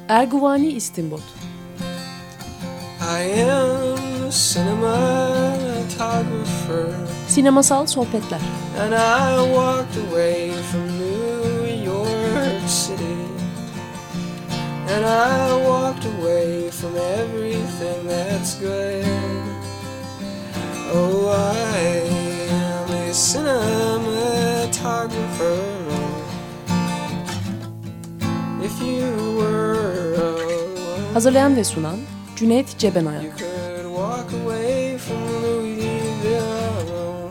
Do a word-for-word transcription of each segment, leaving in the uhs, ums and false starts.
Erguvani İstinbot. I am a cinematographer. Sinemasal sohbetler. And I walked away from New York City. And I walked away from everything that's good. Oh, I am a cinematographer. If you were alone, hazırlayan ve sunan Cüneyt Cebenayak. you could walk away from Louisville alone.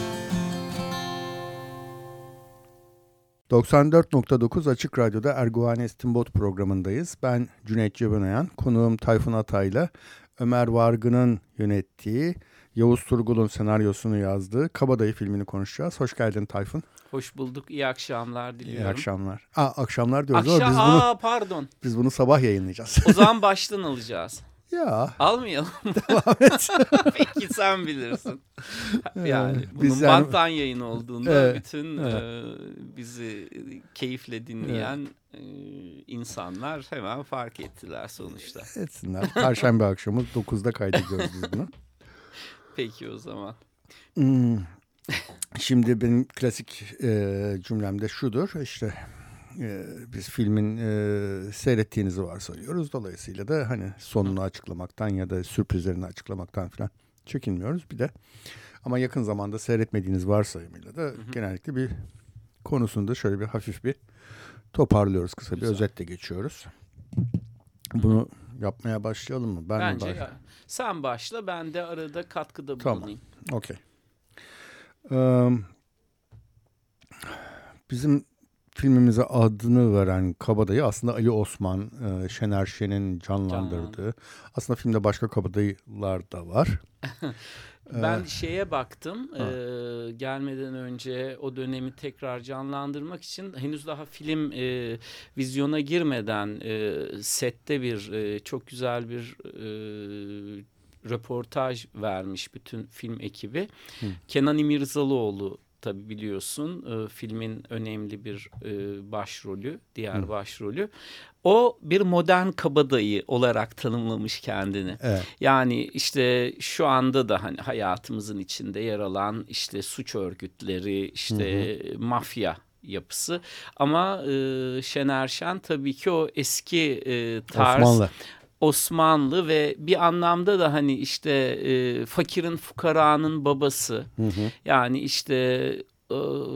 doksan dört nokta dokuz Açık Radyo'da Erguvani İstinbot programındayız. Ben Cüneyt Cebenayan, konuğum Tayfun Atay'la Ömer Vargın'ın yönettiği, Yavuz Turgul'un senaryosunu yazdığı Kabadayı filmini konuşacağız. Hoş geldin Tayfun. Hoş bulduk. İyi akşamlar diliyorum. İyi akşamlar. Aa, akşamlar diyoruz Akşam, ama biz bunu, aa, pardon. biz bunu sabah yayınlayacağız. O zaman baştan alacağız. Ya. Almayalım. Devam et. Peki sen bilirsin. Yani bunun Biz yani- banttan yayın olduğunda Evet, bütün evet. e, bizi keyifle dinleyen e, insanlar hemen fark ettiler sonuçta. Etsinler. Perşembe akşamı dokuzda kaydediyoruz biz bunu. Peki o zaman. Hmm. Şimdi benim klasik e, cümlem de şudur. İşte e, biz filmin e, seyrettiğinizi varsayıyoruz. Dolayısıyla da hani sonunu açıklamaktan ya da sürprizlerini açıklamaktan falan çekinmiyoruz. Bir de ama yakın zamanda seyretmediğiniz varsayımıyla da hı hı. genellikle bir konusunda şöyle bir hafif bir toparlıyoruz. Kısa bir Güzel. özetle geçiyoruz. Bunu yapmaya başlayalım mı? Ben Bence mi baş- sen başla, ben de arada katkıda bulunayım. Tamam. Okey. Ee, bizim filmimize adını veren Kabadayı aslında Ali Osman, e, Şener Şen'in canlandırdığı. Canlandı. Aslında filmde başka kabadayılar da var. Ben şeye baktım e, gelmeden önce o dönemi tekrar canlandırmak için, henüz daha film e, vizyona girmeden e, sette bir e, çok güzel bir e, röportaj vermiş bütün film ekibi. Hı. Kenan İmirzalıoğlu tabii biliyorsun e, filmin önemli bir e, başrolü, diğer Hı. başrolü. O bir modern kabadayı olarak tanımlamış kendini. Evet. Yani işte şu anda da hani hayatımızın içinde yer alan işte suç örgütleri, işte hı hı. mafya yapısı. Ama e, Şener Şen tabii ki o eski e, tarz. Osmanlı. Osmanlı ve bir anlamda da hani işte e, fakirin fukaranın babası. Hı hı. Yani işte e,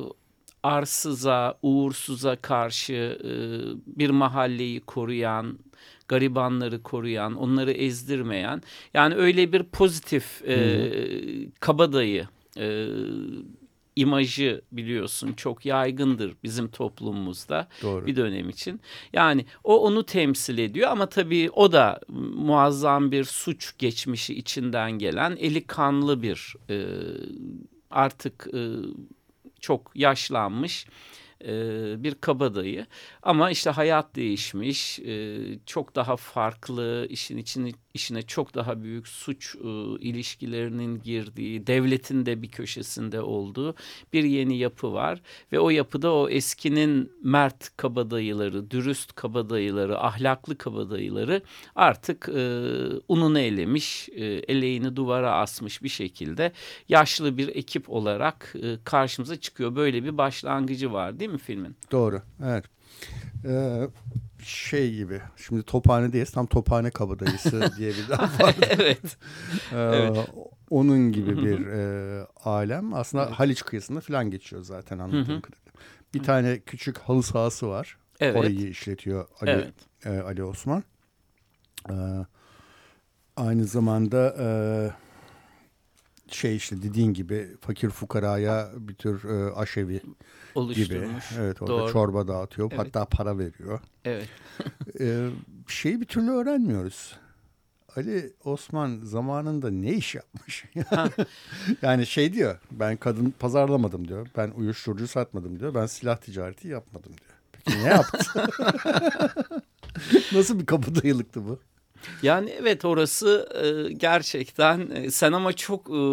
arsıza, uğursuza karşı e, bir mahalleyi koruyan, garibanları koruyan, onları ezdirmeyen, yani öyle bir pozitif e, kabadayı e, imajı biliyorsun çok yaygındır bizim toplumumuzda. Doğru. Bir dönem için. Yani o onu temsil ediyor ama tabii o da muazzam bir suç geçmişi içinden gelen eli kanlı bir e, artık e, çok yaşlanmış e, bir kabadayı. Ama işte hayat değişmiş, e, çok daha farklı, işin içine, işine çok daha büyük suç e, ilişkilerinin girdiği, devletin de bir köşesinde olduğu bir yeni yapı var. Ve o yapıda o eskinin mert kabadayıları, dürüst kabadayıları, ahlaklı kabadayıları artık e, ununu elemiş, e, eleğini duvara asmış bir şekilde yaşlı bir ekip olarak e, karşımıza çıkıyor. Böyle bir başlangıcı var değil mi filmin? Doğru, evet. Ee, şey gibi, şimdi Tophane'deyiz, tam Tophane kabadayısı diye bir laf vardı. Evet. Ee, evet. Onun gibi bir e, alem. Aslında evet. Haliç kıyısında falan geçiyor zaten anladığım kadarıyla. Bir Hı. tane küçük halı sahası var. Evet. Orayı işletiyor Ali, evet. e, Ali Osman. Ee, aynı zamanda e, şey işte dediğin gibi fakir fukaraya bir tür e, aşevi gibi. Evet, orada Doğru. çorba dağıtıyor. Evet. Hatta para veriyor. Evet. ee, şeyi bir türlü öğrenmiyoruz. Ali Osman zamanında ne iş yapmış? Yani şey diyor, ben kadın pazarlamadım diyor. Ben uyuşturucu satmadım diyor. Ben silah ticareti yapmadım diyor. Peki ne yaptı? Nasıl bir kabadayılıktı bu? Yani evet orası e, gerçekten e, sen ama çok e,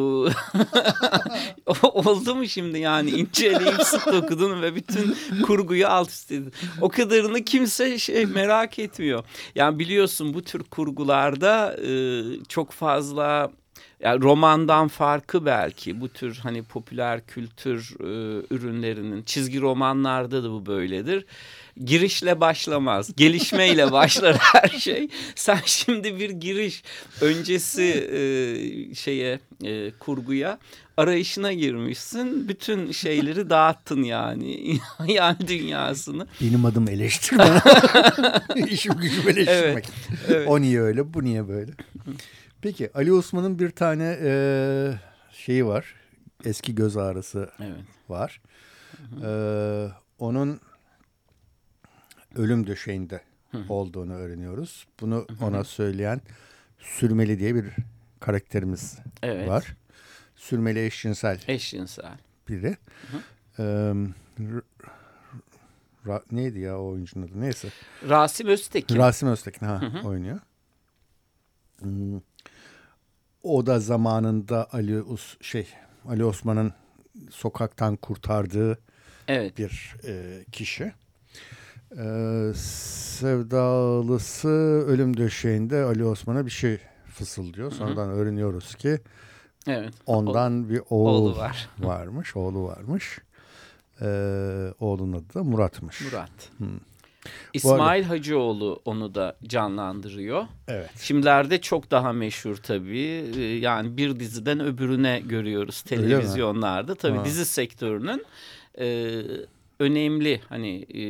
oldu mu şimdi yani inceleyip sık okudun ve bütün kurguyu alt üst edin. O kadarını kimse şey merak etmiyor. Yani biliyorsun bu tür kurgularda e, çok fazla yani romandan farkı belki bu tür hani popüler kültür e, ürünlerinin çizgi romanlarda da bu böyledir. Girişle başlamaz, gelişmeyle başlar her şey. Sen şimdi bir giriş öncesi e, şeye e, kurguya arayışına girmişsin. Bütün şeyleri dağıttın yani. Yani dünyasını. Benim adım eleştirmen. İşim gücüm eleştirmek. Evet, evet. O niye öyle, bu niye böyle? Peki Ali Osman'ın bir tane e, şeyi var. Eski göz ağrısı evet. var. E, onun ölüm döşeğinde olduğunu öğreniyoruz. Bunu ona söyleyen Sürmeli diye bir karakterimiz evet. var. Sürmeli eşcinsel. Eşcinsel. Biri. Ee, ra, neydi ya o oyuncunun adı? Neyse. Rasim Öztekin. Rasim Öztekin ha, oynuyor. Hmm. O da zamanında Ali Us şey Ali Osman'ın sokaktan kurtardığı evet. bir e, kişi. Ee, sevdalısı ölüm döşeğinde Ali Osman'a bir şey fısıldıyor. Sonradan Hı-hı. öğreniyoruz ki evet. ondan o, bir oğul oğlu var. varmış. Oğlu varmış. Ee, oğlunun adı da Murat'mış. Murat. Hmm. İsmail arada... Hacıoğlu onu da canlandırıyor. Evet. Şimdilerde çok daha meşhur tabii. Yani bir diziden öbürüne görüyoruz televizyonlarda. Tabii ha. dizi sektörünün e, önemli hani e,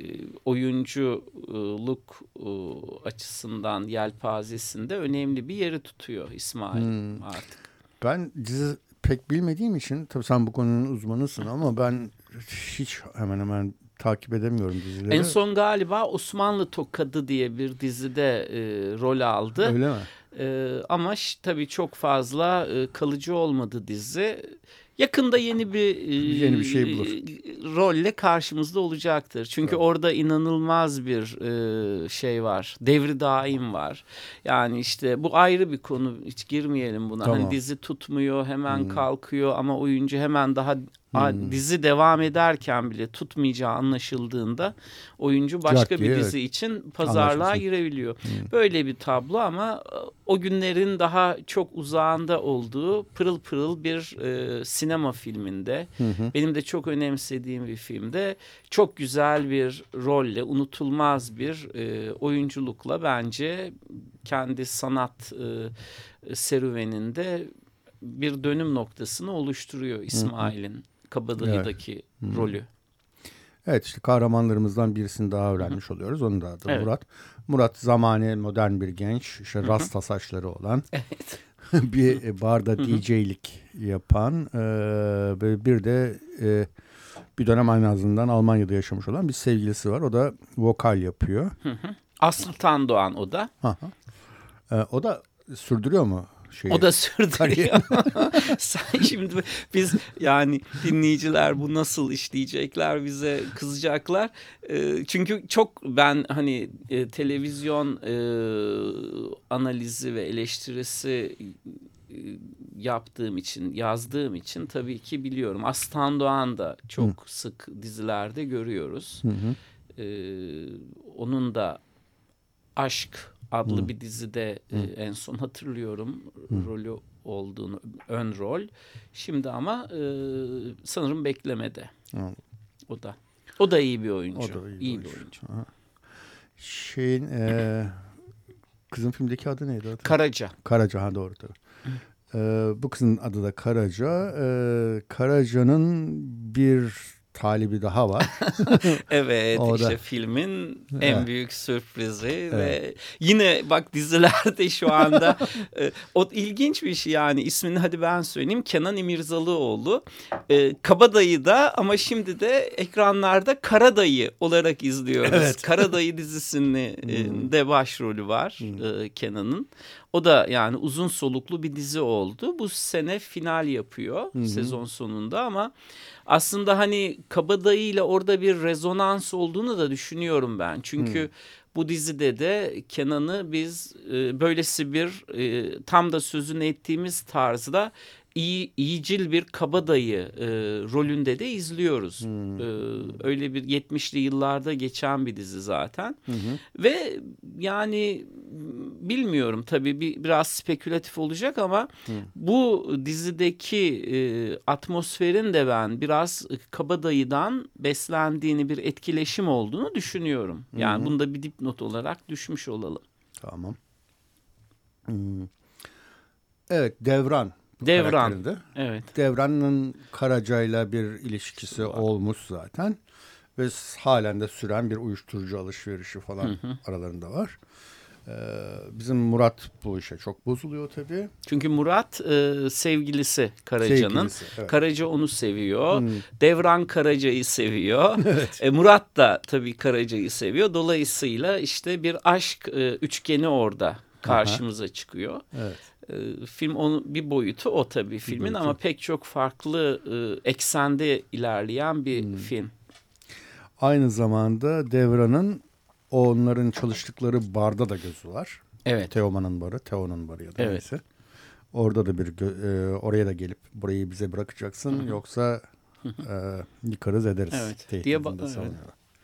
oyunculuk e, açısından yelpazesinde önemli bir yeri tutuyor İsmail hmm. artık. Ben dizi pek bilmediğim için tabii sen bu konunun uzmanısın ama ben hiç hemen hemen takip edemiyorum dizileri. En son galiba Osmanlı Tokadı diye bir dizide e, rol aldı. Öyle mi? E, ama tabii çok fazla e, kalıcı olmadı dizi. Yakında yeni bir yeni bir şey bulur. rolle karşımızda olacaktır. Çünkü evet. orada inanılmaz bir e, şey var. Devri daim var. Yani işte bu ayrı bir konu. Hiç girmeyelim buna. Tamam. Hani dizi tutmuyor, hemen hmm. kalkıyor ama oyuncu hemen daha hmm. dizi devam ederken bile tutmayacağı anlaşıldığında oyuncu başka Cart bir diye, dizi evet. için pazarlığa Anlaşılsın. girebiliyor. Hmm. Böyle bir tablo ama o günlerin daha çok uzağında olduğu pırıl pırıl bir e, sinema filminde. Hı hı. Benim de çok önemsediğim bir filmde. Çok güzel bir rolle, unutulmaz bir e, oyunculukla bence kendi sanat e, serüveninde bir dönüm noktasını oluşturuyor İsmail'in Kabadayı'daki evet. rolü. Evet işte kahramanlarımızdan birisini daha öğrenmiş Hı-hı. oluyoruz. Onun da adı evet. Murat. Murat zamani modern bir genç. İşte Hı-hı. rasta saçları olan. Evet. bir barda Hı-hı. D J'lik yapan e, bir de e, bir dönem aynı azından Almanya'da yaşamış olan bir sevgilisi var. O da vokal yapıyor. Hı-hı. Aslı Tandoğan o da. E, o da sürdürüyor mu? Şeyi, o da sürdürüyor. Sen şimdi biz yani dinleyiciler bu nasıl işleyecekler bize kızacaklar. E, çünkü çok ben hani e, televizyon e, analizi ve eleştirisi e, yaptığım için yazdığım için tabii ki biliyorum. Aslan Doğan da çok Hı. sık dizilerde görüyoruz. Hı hı. E, onun da Aşk adlı hmm. bir dizide hmm. e, en son hatırlıyorum hmm. rolü olduğunu, ön rol. Şimdi ama e, sanırım beklemede. Hmm. O da. O da iyi bir oyuncu. O da iyi, iyi bir oyuncu. oyuncu. Ha. Şeyin e, kızın filmdeki adı neydi? Adı? Karaca. Karaca ha doğru tabii. Hmm. E, bu kızın adı da Karaca. E, Karaca'nın bir talibi daha var. Evet o işte da. filmin en evet. büyük sürprizi evet. ve yine bak dizilerde şu anda e, o ilginç bir şey yani ismini hadi ben söyleyeyim Kenan İmirzalıoğlu e, Kabadayı'da ama şimdi de ekranlarda Karadayı olarak izliyoruz. Evet. Karadayı dizisinde hmm. de başrolü var hmm. e, Kenan'ın. O da yani uzun soluklu bir dizi oldu. Bu sene final yapıyor Hı-hı. sezon sonunda ama aslında hani Kabadayı ile orada bir rezonans olduğunu da düşünüyorum ben. Çünkü Hı. Bu dizide de Kenan'ı biz e, böylesi bir e, tam da sözünü ettiğimiz tarzda iyi, iyicil bir kabadayı e, rolünde de izliyoruz. Hmm. E, öyle bir yetmişli yıllarda geçen bir dizi zaten. Hmm. Ve yani bilmiyorum tabii bir, biraz spekülatif olacak ama hmm. bu dizideki e, atmosferin de ben biraz kabadayıdan beslendiğini, bir etkileşim olduğunu düşünüyorum. Yani hmm. bunu da bir dipnot olarak düşmüş olalım. Tamam. Hmm. Evet, Devran. Devran. Evet. Devran'ın Karaca'yla bir ilişkisi var. Olmuş zaten. Ve halen de süren bir uyuşturucu alışverişi falan hı hı. aralarında var. Ee, bizim Murat bu işe çok bozuluyor tabii. Çünkü Murat e, sevgilisi Karaca'nın. Sevgilisi, evet. Karaca onu seviyor. Hmm. Devran Karaca'yı seviyor. Evet. E, Murat da tabii Karaca'yı seviyor. Dolayısıyla işte bir aşk e, üçgeni orada karşımıza aha. çıkıyor. Evet. E, film onun bir boyutu o tabii filmin boyutu. Ama pek çok farklı e, eksende ilerleyen bir hmm. film. Aynı zamanda Devran'ın onların çalıştıkları barda da gözü var. Evet. Teoman'ın barı, Teo'nun barı ya da evet. neyse. Orada da bir e, oraya da gelip burayı bize bırakacaksın Hı-hı. yoksa e, yıkarız ederiz. Evet. Diye ba- evet.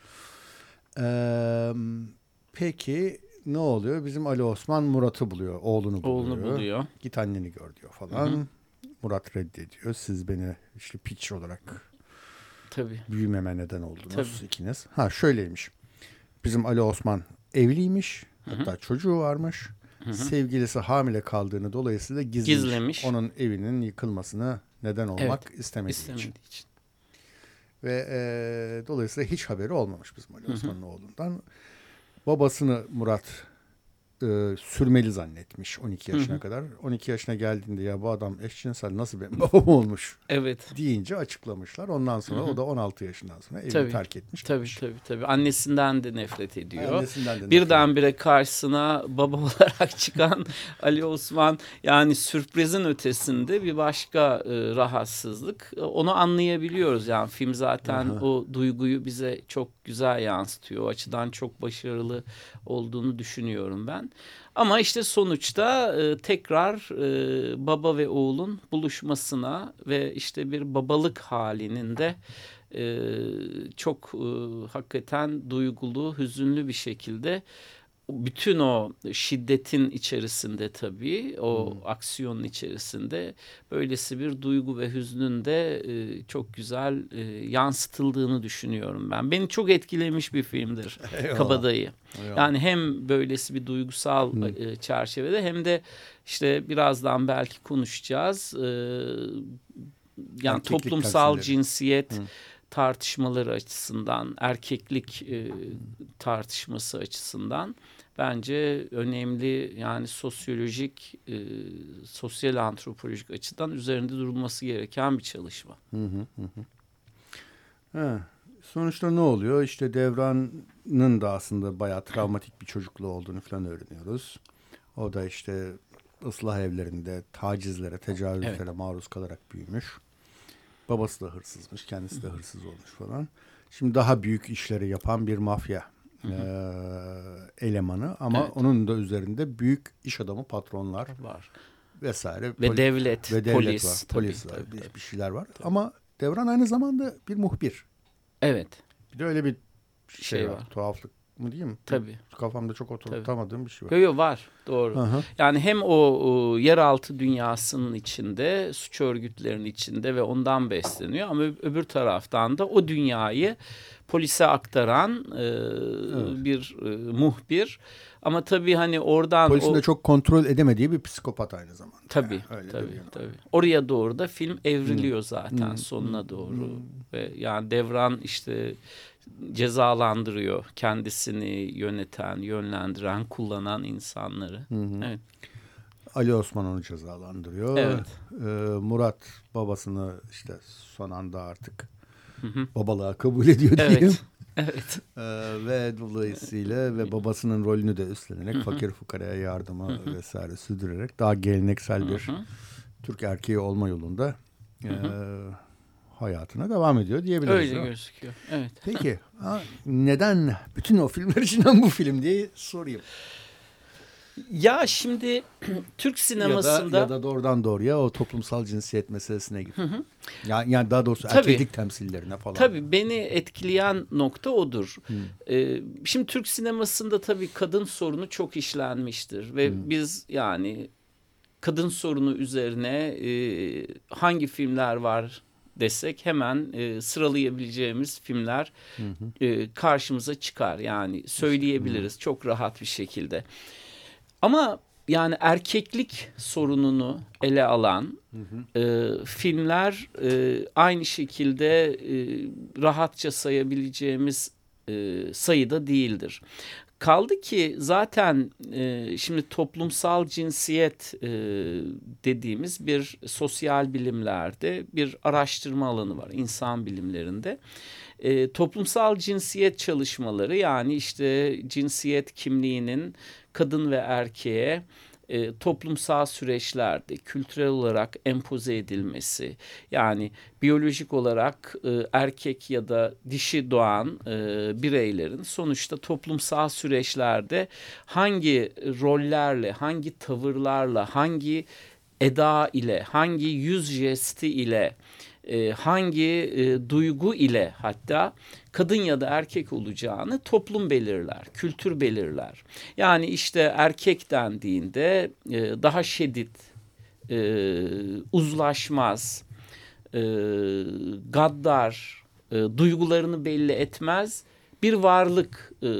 Ee, peki ne oluyor? Bizim Ali Osman Murat'ı buluyor, oğlunu buluyor. Oğlunu buluyor. Git anneni gör diyor falan. Hı-hı. Murat reddediyor. Siz beni işte piç olarak tabii. büyümeme neden oldunuz tabii. ikiniz. Ha şöyleymiş. Bizim Ali Osman evliymiş. Hı-hı. Hatta çocuğu varmış. Hı-hı. Sevgilisi hamile kaldığını dolayısıyla gizlemiş. Gizlemiş. Onun evinin yıkılmasına neden olmak evet. istemediği, istemediği için. için. Ve e, dolayısıyla hiç haberi olmamış bizim Ali Osman'ın Hı-hı. oğlundan. Babasını Murat e, sürmeli zannetmiş on iki yaşına Hı-hı. kadar. on iki yaşına geldiğinde ya bu adam eşcinsel nasıl benim babam olmuş evet. deyince açıklamışlar. Ondan sonra Hı-hı. o da on altı yaşından sonra evi tabii, terk etmiş. Tabii demiş. tabii tabii. Annesinden de nefret ediyor. Annesinden de birdenbire karşısına baba olarak çıkan Ali Osman yani sürprizin ötesinde bir başka e, rahatsızlık. Onu anlayabiliyoruz yani film zaten Hı-hı. o duyguyu bize çok güzel yansıtıyor. O açıdan çok başarılı olduğunu düşünüyorum ben. Ama işte sonuçta e, tekrar e, baba ve oğlun buluşmasına ve işte bir babalık halinin de e, çok e, hakikaten duygulu, hüzünlü bir şekilde bütün o şiddetin içerisinde tabii o hmm. aksiyonun içerisinde böylesi bir duygu ve hüznün de e, çok güzel e, yansıtıldığını düşünüyorum ben. Beni çok etkilemiş bir filmdir Kabadayı. Eyvallah. Yani hem böylesi bir duygusal hmm. e, çerçevede hem de işte birazdan belki konuşacağız. E, yani erkeklik toplumsal tersileri. Cinsiyet hmm. tartışmaları açısından, erkeklik e, tartışması açısından bence önemli yani sosyolojik, e, sosyal antropolojik açıdan üzerinde durulması gereken bir çalışma. Hı hı hı. Ha, sonuçta ne oluyor? İşte Devran'ın da aslında bayağı travmatik bir çocukluğu olduğunu falan öğreniyoruz. O da işte ıslah evlerinde tacizlere, tecavüzlere evet. maruz kalarak büyümüş. Babası da hırsızmış, kendisi de hırsız olmuş falan. Şimdi daha büyük işleri yapan bir mafya e, elemanı ama evet. onun da üzerinde büyük iş adamı patronlar var vesaire. Ve Poli- devlet, ve devlet polis, var, polis tabii, var, tabii, bir, tabii. bir şeyler var. Tabii. Ama Devran aynı zamanda bir muhbir. Evet. Bir de öyle bir şey, şey var, var, tuhaflık mı diyeyim? Tabii. Kafamda çok oturtamadığım bir şey var. Yok yok var. Doğru. Aha. Yani hem o, o yeraltı dünyasının içinde, suç örgütlerinin içinde ve ondan besleniyor ama öbür taraftan da o dünyayı polise aktaran e, evet. bir e, muhbir. Ama tabii hani oradan... Polisin o... de çok kontrol edemediği bir psikopat aynı zamanda. Tabii, yani. tabii, tabii. Oraya doğru da film evriliyor hmm. zaten hmm. sonuna doğru. Hmm. Ve yani Devran işte cezalandırıyor kendisini yöneten, yönlendiren, kullanan insanları. Hmm. Evet. Ali Osman onu cezalandırıyor. Evet. Ee, Murat babasını işte son anda artık hı hı. babalığa kabul ediyor diyeyim. Evet. Evet. Ee, ve dolayısıyla ve babasının rolünü de üstlenerek hı hı. fakir fukaraya yardımı hı hı. vesaire sürdürerek daha geleneksel bir hı hı. Türk erkeği olma yolunda e, hayatına devam ediyor diyebiliriz. Öyle gözüküyor. Evet. Peki ha, neden bütün o filmler içinden bu film diye sorayım. Ya şimdi Türk sinemasında... Ya da, ya da doğrudan doğruya o toplumsal cinsiyet meselesine gidiyor. Yani, yani daha doğrusu Tabii, erkeklik temsillerine falan. Tabii beni etkileyen nokta odur. Hmm. Ee, şimdi Türk sinemasında tabii kadın sorunu çok işlenmiştir. Ve hmm. biz yani kadın sorunu üzerine e, hangi filmler var desek hemen e, sıralayabileceğimiz filmler hı hı. E, karşımıza çıkar. Yani söyleyebiliriz hı. çok rahat bir şekilde. Ama yani erkeklik sorununu ele alan hı hı. E, filmler e, aynı şekilde e, rahatça sayabileceğimiz e, sayıda değildir. Kaldı ki zaten e, şimdi toplumsal cinsiyet e, dediğimiz bir sosyal bilimlerde bir araştırma alanı var, insan bilimlerinde. E, toplumsal cinsiyet çalışmaları yani işte cinsiyet kimliğinin kadın ve erkeğe e, toplumsal süreçlerde kültürel olarak empoze edilmesi, yani biyolojik olarak e, erkek ya da dişi doğan e, bireylerin sonuçta toplumsal süreçlerde hangi rollerle, hangi tavırlarla, hangi eda ile, hangi yüz jesti ile, e, hangi e, duygu ile hatta kadın ya da erkek olacağını toplum belirler, kültür belirler. Yani işte erkek dendiğinde e, daha şiddet, e, uzlaşmaz, e, gaddar, e, duygularını belli etmez bir varlık e,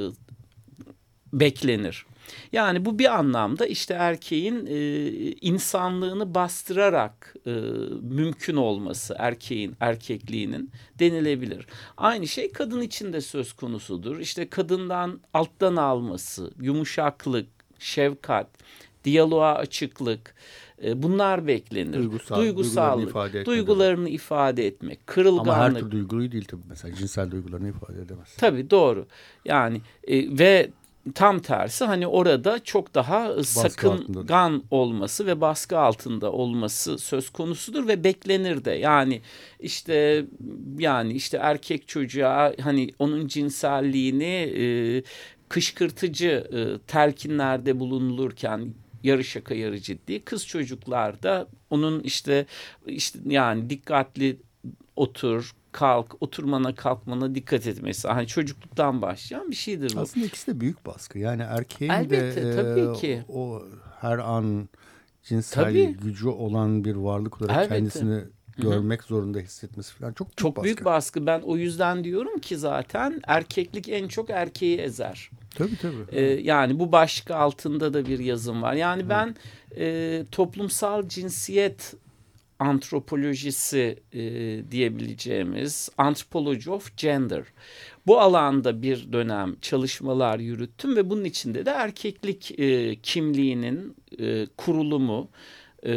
beklenir. Yani bu bir anlamda işte erkeğin e, insanlığını bastırarak e, mümkün olması, erkeğin, erkekliğinin denilebilir. Aynı şey kadın için de söz konusudur. İşte kadından alttan alması, yumuşaklık, şefkat, diyaloğa açıklık, e, bunlar beklenir. Duygusal, Duygusallık, duygularını ifade, duygularını ifade etmek, kırılganlık. Ama her türlü duyguyu değil tabii, mesela cinsel duygularını ifade edemez. Tabii doğru. Yani e, ve tam tersi hani orada çok daha baskı sakıngan altında olması ve baskı altında olması söz konusudur ve beklenir de. Yani işte yani işte erkek çocuğa hani onun cinselliğini e, kışkırtıcı e, telkinlerde bulunulurken yarı şaka yarı ciddi, kız çocuklarda onun işte işte yani dikkatli otur, kalk, oturmana kalkmana dikkat etmesi. Hani çocukluktan başlayan bir şeydir bu. Aslında ikisi de büyük baskı. Yani erkeğin elbette, de tabii ki. o her an cinsel tabii. gücü olan bir varlık olarak elbette. kendisini Hı-hı. görmek zorunda hissetmesi falan çok büyük çok baskı. büyük baskı. Ben o yüzden diyorum ki zaten erkeklik en çok erkeği ezer. Tabii tabii. Ee, yani bu başlık altında da bir yazım var. Yani Hı. ben e, toplumsal cinsiyet antropolojisi e, diyebileceğimiz Anthropology of Gender. Bu alanda bir dönem çalışmalar yürüttüm ve bunun içinde de erkeklik e, kimliğinin e, kurulumu, e,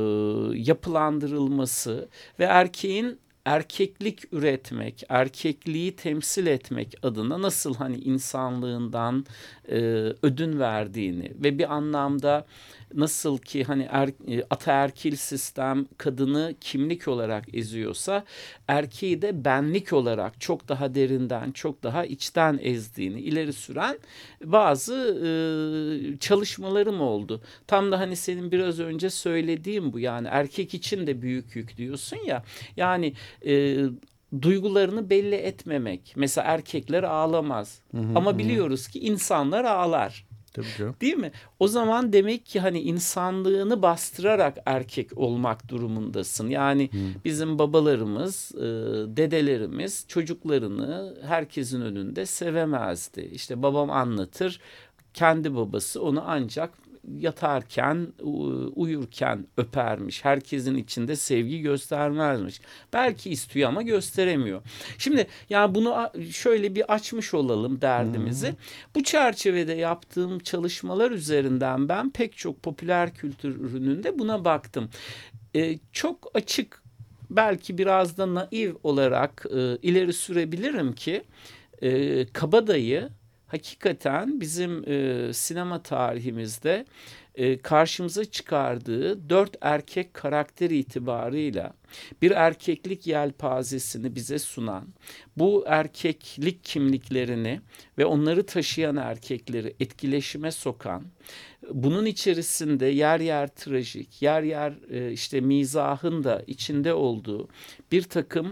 yapılandırılması ve erkeğin erkeklik üretmek, erkekliği temsil etmek adına nasıl hani insanlığından e, ödün verdiğini ve bir anlamda nasıl ki hani er, ataerkil sistem kadını kimlik olarak eziyorsa erkeği de benlik olarak çok daha derinden, çok daha içten ezdiğini ileri süren bazı e, çalışmalarım oldu. Tam da hani senin biraz önce söylediğin bu, yani erkek için de büyük yük diyorsun ya, yani e, duygularını belli etmemek. Mesela erkekler ağlamaz hı hı, ama hı. biliyoruz ki insanlar ağlar. Değil mi? O zaman demek ki hani insanlığını bastırarak erkek olmak durumundasın. Yani hmm. bizim babalarımız, dedelerimiz çocuklarını herkesin önünde sevemezdi. İşte babam anlatır, kendi babası onu ancak yatarken, uyurken öpermiş. Herkesin içinde sevgi göstermezmiş. Belki istiyor ama gösteremiyor. Şimdi yani bunu şöyle bir açmış olalım derdimizi. Hmm. Bu çerçevede yaptığım çalışmalar üzerinden ben pek çok popüler kültür ürününde buna baktım. Ee, çok açık, belki biraz da naif olarak e, ileri sürebilirim ki e, kabadayı hakikaten bizim e, sinema tarihimizde e, karşımıza çıkardığı dört erkek karakter itibarıyla bir erkeklik yelpazesini bize sunan, bu erkeklik kimliklerini ve onları taşıyan erkekleri etkileşime sokan, bunun içerisinde yer yer trajik, yer yer e, işte mizahın da içinde olduğu bir takım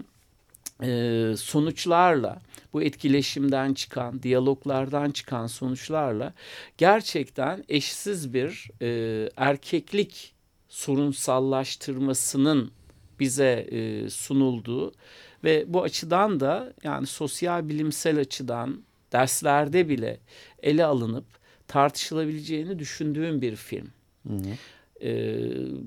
e, sonuçlarla, bu etkileşimden çıkan, diyaloglardan çıkan sonuçlarla gerçekten eşsiz bir e, erkeklik sorunsallaştırmasının bize e, sunulduğu ve bu açıdan da yani sosyal bilimsel açıdan derslerde bile ele alınıp tartışılabileceğini düşündüğüm bir film. Hı hı. Ee,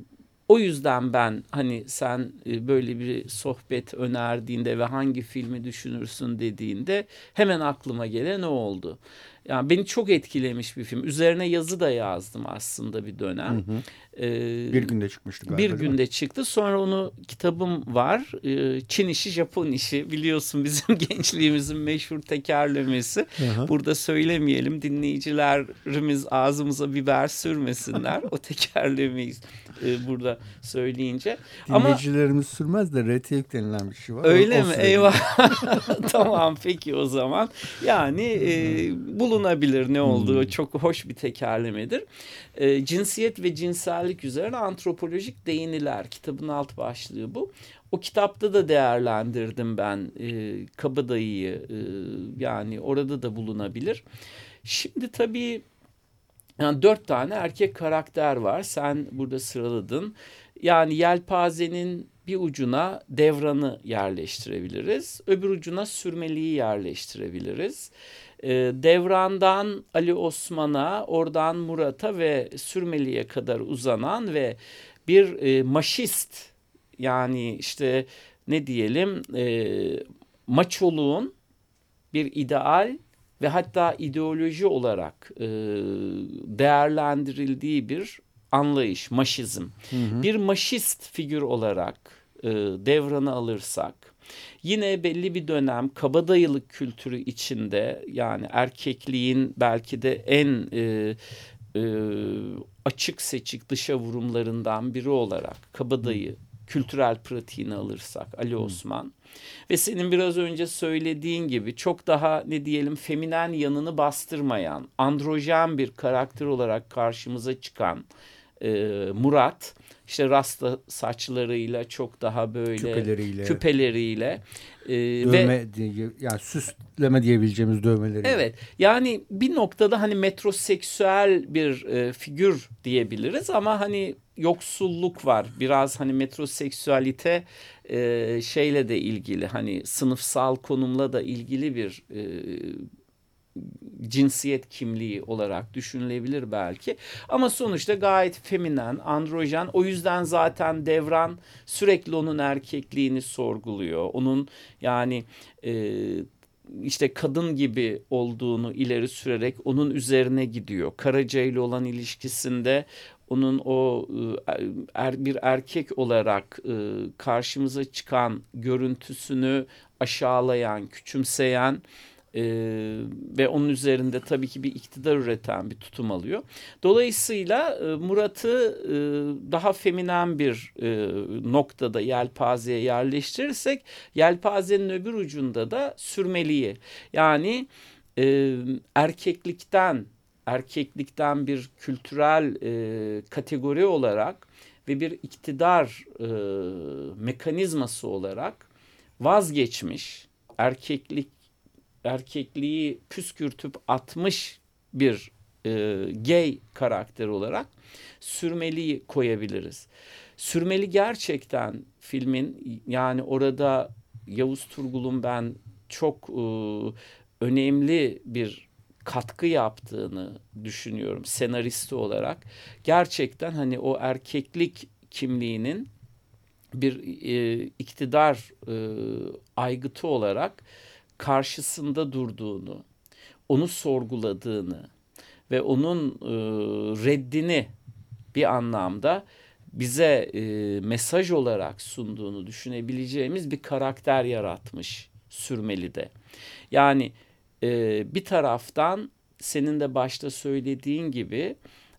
o yüzden ben hani sen böyle bir sohbet önerdiğinde ve hangi filmi düşünürsün dediğinde hemen aklıma gelen o oldu. Yani beni çok etkilemiş bir film. Üzerine yazı da yazdım aslında bir dönem. Hı hı. Ee, bir günde çıkmıştı galiba. Bir günde çıktı. Sonra onu kitabım var. Ee, Çin işi, Japon işi. Biliyorsun bizim gençliğimizin meşhur tekerlemesi. Hı hı. Burada söylemeyelim. Dinleyicilerimiz ağzımıza biber sürmesinler. O tekerlemeyi e, burada söyleyince. Dinleyicilerimiz Ama, sürmez de reteyik denilen bir şey var. Öyle o, mi? O Eyvah. Tamam peki o zaman. Yani e, bulunabilir ne olduğu hmm. çok hoş bir tekerlemedir. E, cinsiyet ve cinsellik üzerine antropolojik değiniler. Kitabın alt başlığı bu. O kitapta da değerlendirdim ben e, Kabadayı'yı. E, yani orada da bulunabilir. Şimdi tabii yani dört tane erkek karakter var. Sen burada sıraladın. Yani yelpazenin bir ucuna Devran'ı yerleştirebiliriz. Öbür ucuna Sürmeli'yi yerleştirebiliriz. Ee, Devran'dan Ali Osman'a, oradan Murat'a ve Sürmeli'ye kadar uzanan ve bir e, maşist, yani işte ne diyelim e, maçoluğun bir ideal ve hatta ideoloji olarak e, değerlendirildiği bir anlayış, maşizm. Hı hı. Bir maşist figür olarak e, Devran'ı alırsak, yine belli bir dönem kabadayılık kültürü içinde, yani erkekliğin belki de en e, e, açık seçik dışa vurumlarından biri olarak kabadayı kültürel pratiğini alırsak Ali Osman hmm. ve senin biraz önce söylediğin gibi çok daha ne diyelim feminen yanını bastırmayan, androjen bir karakter olarak karşımıza çıkan e, Murat, işte rasta saçlarıyla çok daha böyle küpeleriyle, küpeleriyle e, dövme ve diye, yani süsleme diyebileceğimiz dövmeleriyle. Evet, yani bir noktada hani metroseksüel bir e, figür diyebiliriz ama hani yoksulluk var. Biraz hani metroseksüalite e, şeyle de ilgili, hani sınıfsal konumla da ilgili bir e, cinsiyet kimliği olarak düşünülebilir belki. Ama sonuçta gayet feminen, androjen. O yüzden zaten Devran sürekli onun erkekliğini sorguluyor. Onun yani e, işte kadın gibi olduğunu ileri sürerek onun üzerine gidiyor. Karaca ile olan ilişkisinde onun o er, bir erkek olarak e, karşımıza çıkan görüntüsünü aşağılayan, küçümseyen e, ve onun üzerinde tabii ki bir iktidar üreten bir tutum alıyor. Dolayısıyla e, Murat'ı e, daha feminen bir e, noktada yelpazeye yerleştirirsek, yelpazenin öbür ucunda da Sürmeli'yi, yani e, erkeklikten erkeklikten bir kültürel e, kategori olarak ve bir iktidar e, mekanizması olarak vazgeçmiş, erkeklik erkekliği püskürtüp atmış bir e, gay karakter olarak Sürmeli'yi koyabiliriz. Sürmeli gerçekten filmin, yani orada Yavuz Turgul'un ben çok e, önemli bir katkı yaptığını düşünüyorum senaristi olarak. Gerçekten hani o erkeklik kimliğinin bir e, iktidar e, aygıtı olarak karşısında durduğunu, onu sorguladığını ve onun e, reddini bir anlamda bize e, mesaj olarak sunduğunu düşünebileceğimiz bir karakter yaratmış Sürmeli'de. Yani e, bir taraftan senin de başta söylediğin gibi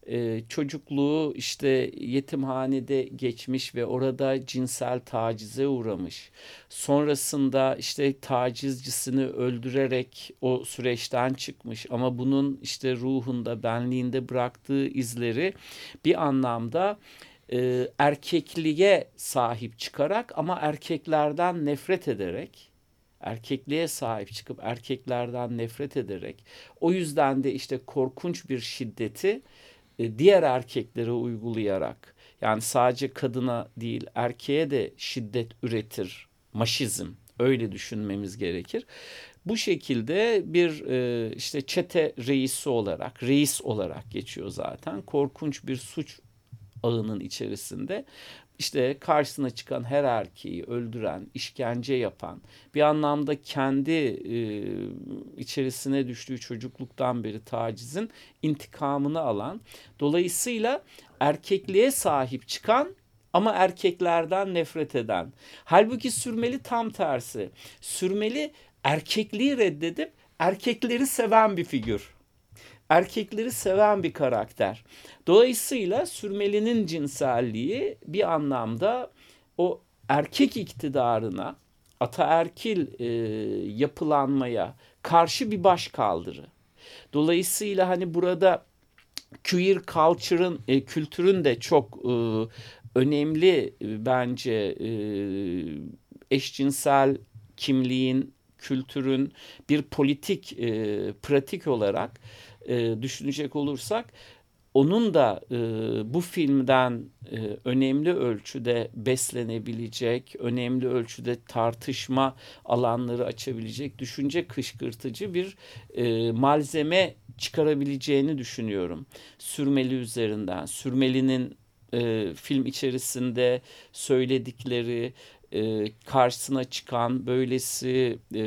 e, çocukluğu işte yetimhanede geçmiş ve orada cinsel tacize uğramış. Sonrasında işte tacizcisini öldürerek o süreçten çıkmış ama bunun işte ruhunda, benliğinde bıraktığı izleri bir anlamda e, erkekliğe sahip çıkarak ama erkeklerden nefret ederek, erkekliğe sahip çıkıp erkeklerden nefret ederek, o yüzden de işte korkunç bir şiddeti e, diğer erkeklere uygulayarak, yani sadece kadına değil erkeğe de şiddet üretir, maşizm, öyle düşünmemiz gerekir. Bu şekilde bir e, işte çete reisi olarak, reis olarak geçiyor zaten, korkunç bir suç ağının içerisinde. İşte karşısına çıkan her erkeği öldüren, işkence yapan, bir anlamda kendi e, içerisine düştüğü çocukluktan beri tacizin intikamını alan, dolayısıyla erkekliğe sahip çıkan ama erkeklerden nefret eden. Halbuki Sürmeli tam tersi. Sürmeli erkekliği reddedip erkekleri seven bir figür. Erkekleri seven bir karakter. Dolayısıyla Sürmeli'nin cinselliği bir anlamda o erkek iktidarına, ataerkil e, yapılanmaya karşı bir başkaldırı. Dolayısıyla hani burada queer culture'ın, e, kültürün de çok e, önemli e, bence e, eşcinsel kimliğin, kültürün bir politik e, pratik olarak e, düşünecek olursak, onun da e, bu filmden e, önemli ölçüde beslenebilecek, önemli ölçüde tartışma alanları açabilecek, düşünce kışkırtıcı bir e, malzeme çıkarabileceğini düşünüyorum. Sürmeli üzerinden, Sürmeli'nin e, film içerisinde söyledikleri, e, karşısına çıkan böylesi e,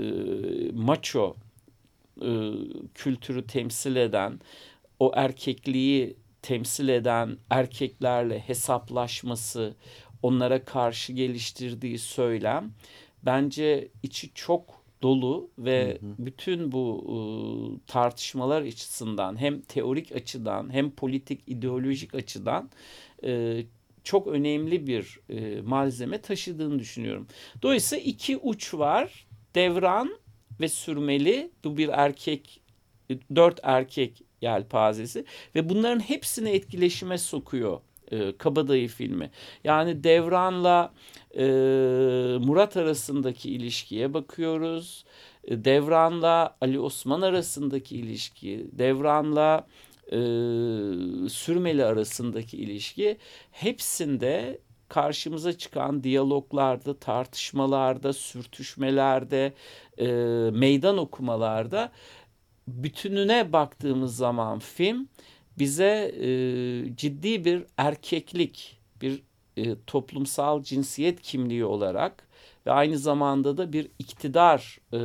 macho e, kültürü temsil eden, o erkekliği temsil eden erkeklerle hesaplaşması, onlara karşı geliştirdiği söylem bence içi çok dolu ve hı hı. bütün bu e, tartışmalar açısından, hem teorik açıdan hem politik ideolojik açıdan e, çok önemli bir e, malzeme taşıdığını düşünüyorum. Dolayısıyla iki uç var. Devran ve Sürmeli, bu bir erkek, dört erkek yelpazesi ve bunların hepsini etkileşime sokuyor e, Kabadayı filmi. Yani Devran'la e, Murat arasındaki ilişkiye bakıyoruz. E, Devran'la Ali Osman arasındaki ilişki, Devran'la e, Sürmeli arasındaki ilişki, hepsinde karşımıza çıkan diyaloglarda, tartışmalarda, sürtüşmelerde, e, meydan okumalarda bütününe baktığımız zaman film bize e, ciddi bir erkeklik, bir e, toplumsal cinsiyet kimliği olarak ve aynı zamanda da bir iktidar e,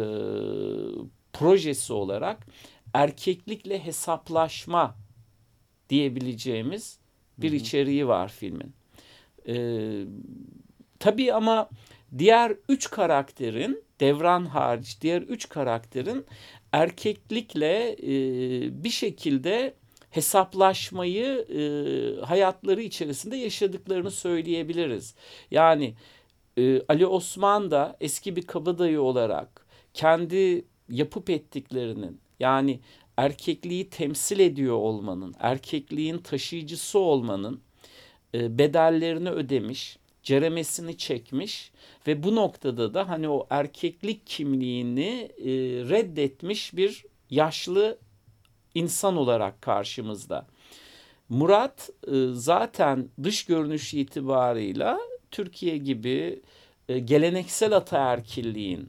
projesi olarak erkeklikle hesaplaşma diyebileceğimiz bir hı hı. içeriği var filmin. E, tabii ama diğer üç karakterin, Devran hariç diğer üç karakterin erkeklikle e, bir şekilde hesaplaşmayı e, hayatları içerisinde yaşadıklarını söyleyebiliriz. Yani e, Ali Osman da eski bir kabadayı olarak kendi yapıp ettiklerinin, yani erkekliği temsil ediyor olmanın, erkekliğin taşıyıcısı olmanın e, bedellerini ödemiş, ceremesini çekmiş ve bu noktada da hani o erkeklik kimliğini e, reddetmiş bir yaşlı insan olarak karşımızda. Murat e, zaten dış görünüş itibarıyla Türkiye gibi e, geleneksel ataerkilliğin,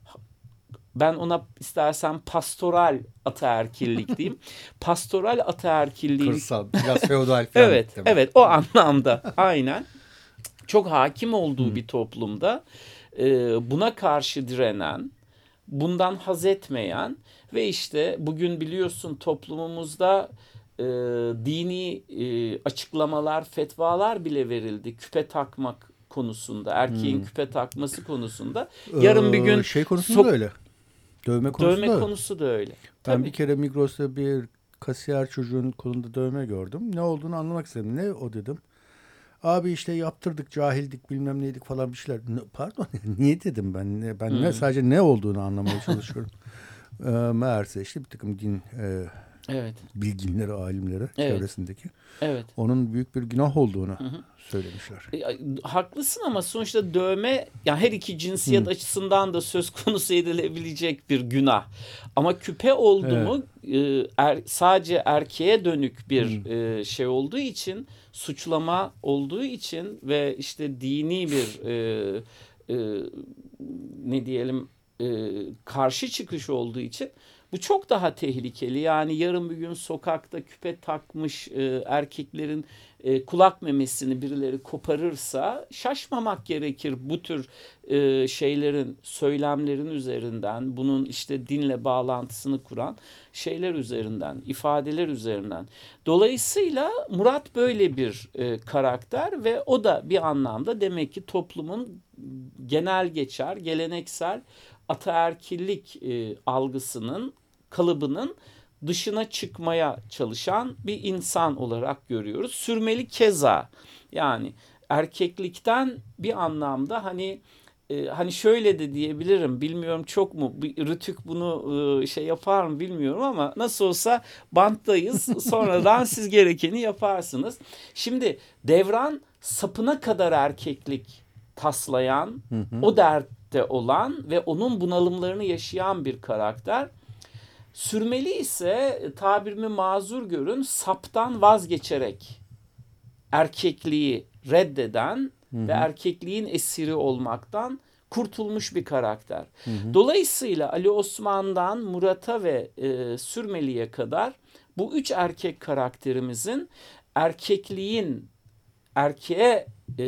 ben ona istersen pastoral ataerkillik diyeyim. Pastoral ataerkilliğin... Kırsal, biraz feodal falan. Evet, evet, o anlamda aynen. Çok hakim olduğu hmm. bir toplumda e, buna karşı direnen, bundan haz etmeyen ve işte bugün biliyorsun toplumumuzda e, dini e, açıklamalar, fetvalar bile verildi küpe takmak konusunda, erkeğin hmm. küpe takması konusunda. Yarın ee, bir gün şey konusunda so- da öyle. Dövme konusu Dövme da konusu da öyle. Ben Tabii. bir kere Migros'ta bir kasiyer çocuğun kolunda dövme gördüm. Ne olduğunu anlamak istedim. Ne o dedim. Abi işte yaptırdık, cahildik, bilmem neydik falan bir şeyler. Ne, pardon niye dedim ben? Ne, ben hmm. ne sadece ne olduğunu anlamaya çalışıyorum. e, meğerse işte bir takım din e, evet. bilginleri, alimleri evet. çevresindeki. Evet. Onun büyük bir günah olduğunu hı hı. söylemişler. E, haklısın ama sonuçta dövme yani her iki cinsiyet hı. açısından da söz konusu edilebilecek bir günah. Ama küpe oldu evet. mu e, er, sadece erkeğe dönük bir e, şey olduğu için, suçlama olduğu için ve işte dini bir e, e, ne diyelim e, karşı çıkış olduğu için bu çok daha tehlikeli. Yani yarın bir gün sokakta küpe takmış e, erkeklerin e, kulak memesini birileri koparırsa şaşmamak gerekir bu tür e, şeylerin, söylemlerin üzerinden, bunun işte dinle bağlantısını kuran şeyler üzerinden, ifadeler üzerinden. Dolayısıyla Murat böyle bir e, karakter ve o da bir anlamda demek ki toplumun genel geçer, geleneksel ataerkillik e, algısının, kalıbının dışına çıkmaya çalışan bir insan olarak görüyoruz. Sürmeli keza, yani erkeklikten bir anlamda hani e, hani şöyle de diyebilirim, bilmiyorum çok mu Rütük bunu e, şey yapar mı bilmiyorum ama nasıl olsa banttayız, sonradan siz gerekeni yaparsınız. Şimdi Devran sapına kadar erkeklik taslayan, hı hı. o dertte olan ve onun bunalımlarını yaşayan bir karakter. Sürmeli ise tabirimi mazur görün, saptan vazgeçerek erkekliği reddeden hı hı. ve erkekliğin esiri olmaktan kurtulmuş bir karakter. Hı hı. Dolayısıyla Ali Osman'dan Murat'a ve e, Sürmeli'ye kadar bu üç erkek karakterimizin erkekliğin erkeğe e,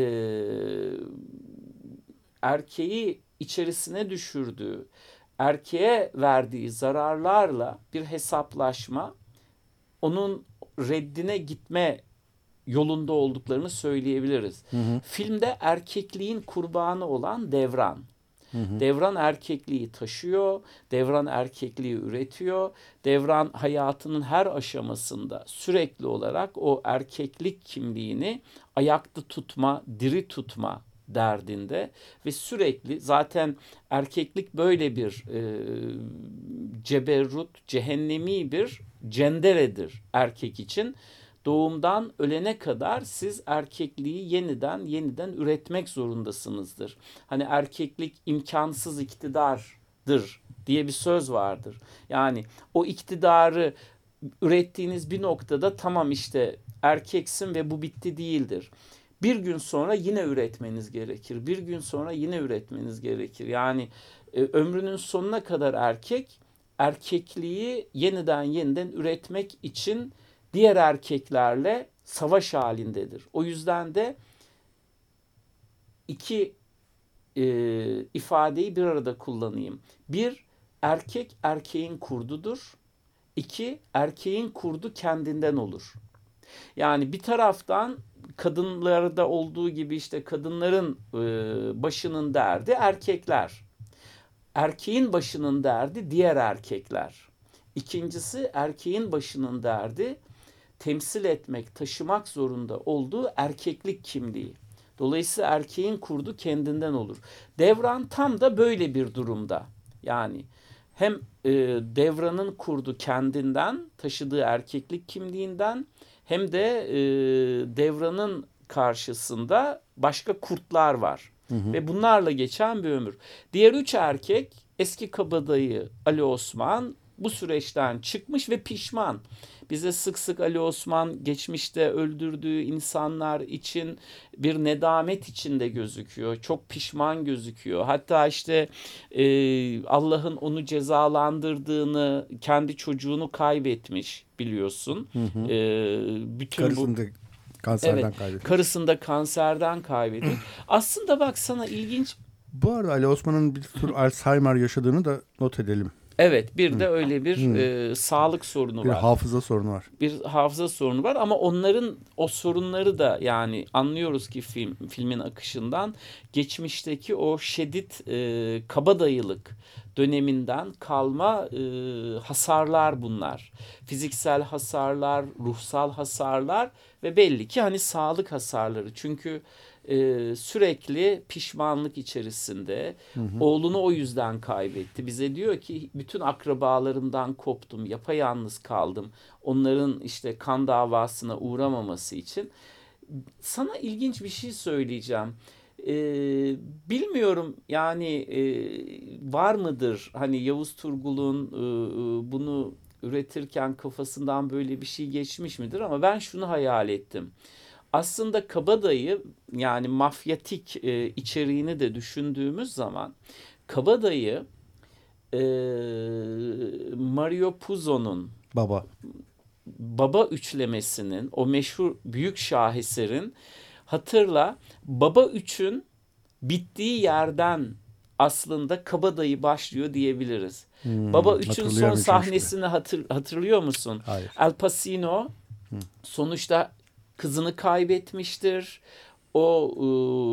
erkeği içerisine düşürdüğü, erkeğe verdiği zararlarla bir hesaplaşma, onun reddine gitme yolunda olduklarını söyleyebiliriz. Hı hı. Filmde erkekliğin kurbanı olan Devran. Hı hı. Devran erkekliği taşıyor, Devran erkekliği üretiyor. Devran hayatının her aşamasında sürekli olarak o erkeklik kimliğini ayakta tutma, diri tutma derdinde ve sürekli zaten erkeklik böyle bir e, ceberrut, cehennemi bir cenderedir erkek için. Doğumdan ölene kadar siz erkekliği yeniden yeniden üretmek zorundasınızdır. Hani erkeklik imkansız iktidardır diye bir söz vardır. Yani o iktidarı ürettiğiniz bir noktada tamam işte erkeksin ve bu bitti değildir. Bir gün sonra yine üretmeniz gerekir. Bir gün sonra yine üretmeniz gerekir. Yani e, ömrünün sonuna kadar erkek, erkekliği yeniden yeniden üretmek için diğer erkeklerle savaş halindedir. O yüzden de iki e, ifadeyi bir arada kullanayım. Bir, erkek erkeğin kurdudur. İki, erkeğin kurdu kendinden olur. Yani bir taraftan kadınlarda olduğu gibi işte kadınların e, başının derdi erkekler. Erkeğin başının derdi diğer erkekler. İkincisi erkeğin başının derdi temsil etmek, taşımak zorunda olduğu erkeklik kimliği. Dolayısıyla erkeğin kurdu kendinden olur. Devran tam da böyle bir durumda. Yani hem e, Devran'ın kurdu kendinden, taşıdığı erkeklik kimliğinden, hem de e, Devran'ın karşısında başka kurtlar var. Hı hı. Ve bunlarla geçen bir ömür. Diğer üç erkek, eski kabadayı Ali Osman bu süreçten çıkmış ve pişman. Bize sık sık Ali Osman geçmişte öldürdüğü insanlar için bir nedamet içinde gözüküyor. Çok pişman gözüküyor. Hatta işte e, Allah'ın onu cezalandırdığını, kendi çocuğunu kaybetmiş biliyorsun. Hı hı. E, bütün Karısını bu... da kanserden evet, kaybetmiş. Karısını da kanserden kaybetmiş. Aslında bak sana ilginç... Bu arada Ali Osman'ın bir tür Alzheimer yaşadığını da not edelim. Evet, bir de öyle bir e, sağlık sorunu bir var. Bir hafıza sorunu var. Bir hafıza sorunu var ama onların o sorunları da yani anlıyoruz ki film filmin akışından geçmişteki o şiddet, e, kabadayılık, döneminden kalma e, hasarlar bunlar. Fiziksel hasarlar, ruhsal hasarlar ve belli ki hani sağlık hasarları. Çünkü e, sürekli pişmanlık içerisinde. Hı hı. Oğlunu o yüzden kaybetti. Bize diyor ki bütün akrabalarımdan koptum, yapayalnız kaldım. Onların işte kan davasına uğramaması için. Sana ilginç bir şey söyleyeceğim. Ee, bilmiyorum yani e, var mıdır hani Yavuz Turgul'un e, bunu üretirken kafasından böyle bir şey geçmiş midir, ama ben şunu hayal ettim. Aslında Kabadayı, yani mafyatik e, içeriğini de düşündüğümüz zaman Kabadayı e, Mario Puzo'nun Baba. Baba üçlemesinin, o meşhur büyük şaheserin, hatırla, Baba üçün bittiği yerden aslında Kabadayı başlıyor diyebiliriz. Hmm, Baba üçün son sahnesini hatır, hatırlıyor musun? Hayır. Al Pacino hmm. sonuçta kızını kaybetmiştir. O e,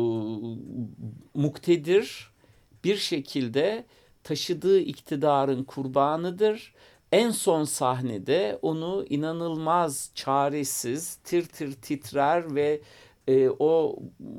muktedir bir şekilde taşıdığı iktidarın kurbanıdır. En son sahnede onu inanılmaz çaresiz, tir tir titrer ve e, o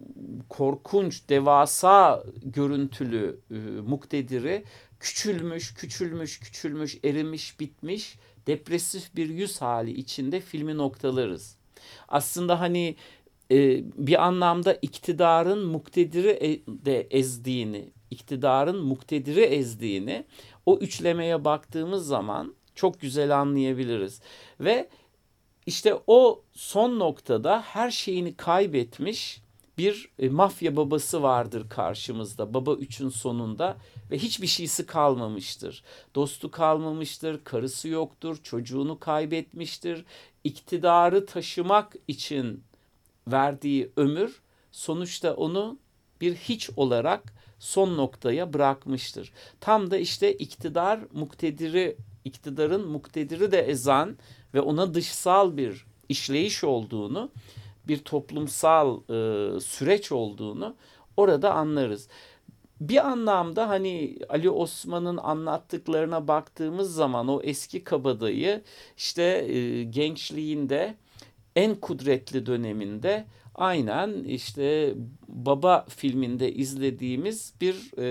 korkunç, devasa görüntülü e, muktediri küçülmüş, küçülmüş, küçülmüş, erimiş, bitmiş, depresif bir yüz hali içinde filmi noktalarız. Aslında hani e, bir anlamda iktidarın muktediri de ezdiğini, iktidarın muktediri ezdiğini o üçlemeye baktığımız zaman çok güzel anlayabiliriz. Ve işte o son noktada her şeyini kaybetmiş bir e, mafya babası vardır karşımızda. Baba üçün sonunda ve hiçbir şeysi kalmamıştır. Dostu kalmamıştır, karısı yoktur, çocuğunu kaybetmiştir. İktidarı taşımak için verdiği ömür sonuçta onu bir hiç olarak son noktaya bırakmıştır. Tam da işte iktidar muktediri, iktidarın muktediri de ezan ve ona dışsal bir işleyiş olduğunu, bir toplumsal e, süreç olduğunu orada anlarız. Bir anlamda hani Ali Osman'ın anlattıklarına baktığımız zaman o eski kabadayı işte e, gençliğinde en kudretli döneminde aynen işte Baba filminde izlediğimiz bir e,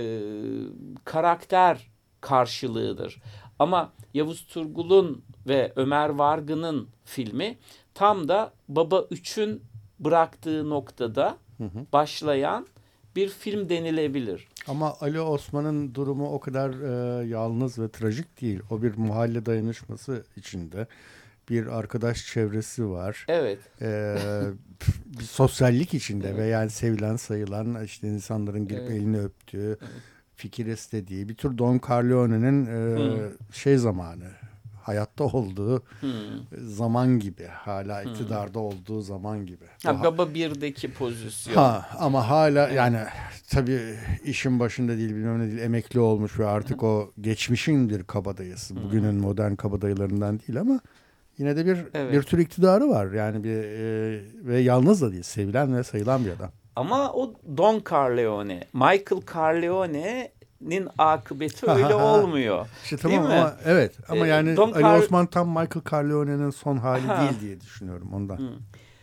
karakter karşılığıdır. Ama Yavuz Turgul'un ve Ömer Vargın'ın filmi tam da Baba üçün bıraktığı noktada hı hı. başlayan bir film denilebilir. Ama Ali Osman'ın durumu o kadar e, yalnız ve trajik değil. O bir mahalle dayanışması içinde. Bir arkadaş çevresi var. Evet. Ee, bir sosyallik içinde evet. ve yani sevilen sayılan işte insanların gelip evet. elini öptüğü, evet. fikir istediği, bir tür Don Corleone'nin e, hmm. şey zamanı, hayatta olduğu hmm. zaman gibi, hala iktidarda hmm. olduğu zaman gibi. Ha, Baba birdeki pozisyon. Ha, ama hala evet. yani tabii işin başında değil, bilmem ne değil, emekli olmuş ve artık hmm. o geçmişin bir kabadayısı. Hmm. Bugünün modern kabadayılarından değil ama yine de bir evet. bir tür iktidarı var. Yani bir e, ve yalnız da değil, sevilen ve sayılan bir adam. Ama o Don Corleone, Michael Corleone'nin akıbeti öyle olmuyor. İşte tamam değil ama mi? Evet ama ee, yani Don Ali Car- Osman tam Michael Corleone'nin son hali ha. değil diye düşünüyorum ondan. Hmm.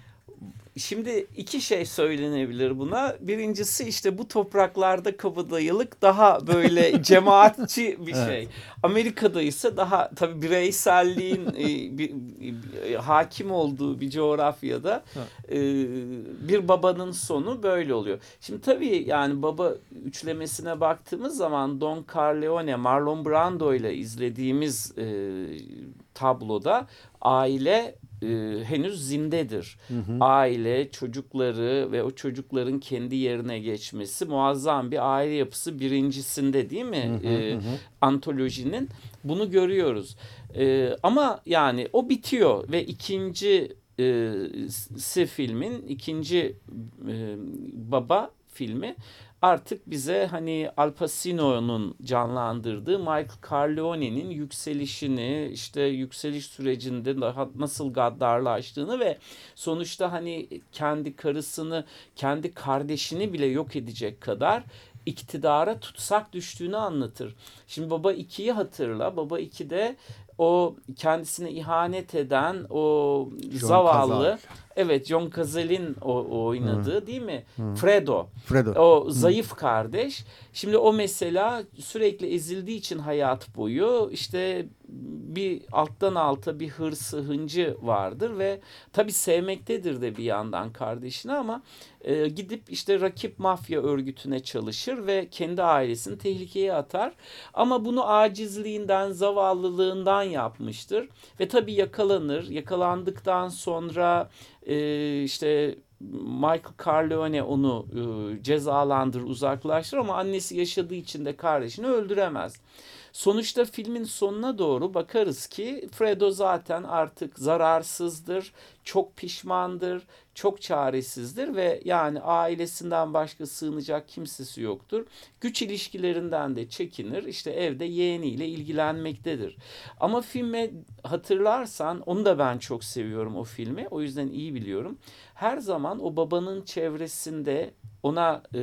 Şimdi iki şey söylenebilir buna. Birincisi işte bu topraklarda kabadayılık daha böyle cemaatçi bir şey. Evet. Amerika'da ise daha tabii bireyselliğin e, bir, e, hakim olduğu bir coğrafyada e, bir babanın sonu böyle oluyor. Şimdi tabii yani Baba üçlemesine baktığımız zaman Don Corleone, Marlon Brando ile izlediğimiz e, tabloda aile e, henüz zindedir. Hı hı. Aile, çocukları ve o çocukların kendi yerine geçmesi, muazzam bir aile yapısı birincisinde değil mi? Hı hı, e, hı. Antolojinin bunu görüyoruz. E, ama yani o bitiyor ve ikinci e, filmin ikinci e, Baba filmi artık bize hani Al Pacino'nun canlandırdığı Michael Corleone'nin yükselişini, işte yükseliş sürecinde daha nasıl gaddarlaştığını ve sonuçta hani kendi karısını, kendi kardeşini bile yok edecek kadar iktidara tutsak düştüğünü anlatır. Şimdi Baba ikiyi hatırla. Baba ikide o kendisine ihanet eden o John zavallı, Cazale. evet John Cazale'in o, o oynadığı Hı. değil mi? Hı. Fredo. Fredo. O zayıf Hı. kardeş. Şimdi o mesela sürekli ezildiği için hayat boyu işte bir alttan alta bir hırsı, hıncı vardır ve tabii sevmektedir de bir yandan kardeşini ama e, gidip işte rakip mafya örgütüne çalışır ve kendi ailesini tehlikeye atar. Ama bunu acizliğinden, zavallılığından yapmıştır ve tabii yakalanır. Yakalandıktan sonra e, işte Michael Corleone onu e, cezalandırır, uzaklaştırır ama annesi yaşadığı için de kardeşini öldüremez. Sonuçta filmin sonuna doğru bakarız ki Fredo zaten artık zararsızdır, çok pişmandır, çok çaresizdir ve yani ailesinden başka sığınacak kimsesi yoktur. Güç ilişkilerinden de çekinir, işte evde yeğeniyle ilgilenmektedir. Ama filme hatırlarsan, onu da ben çok seviyorum o filmi, o yüzden iyi biliyorum. Her zaman o babanın çevresinde ona e,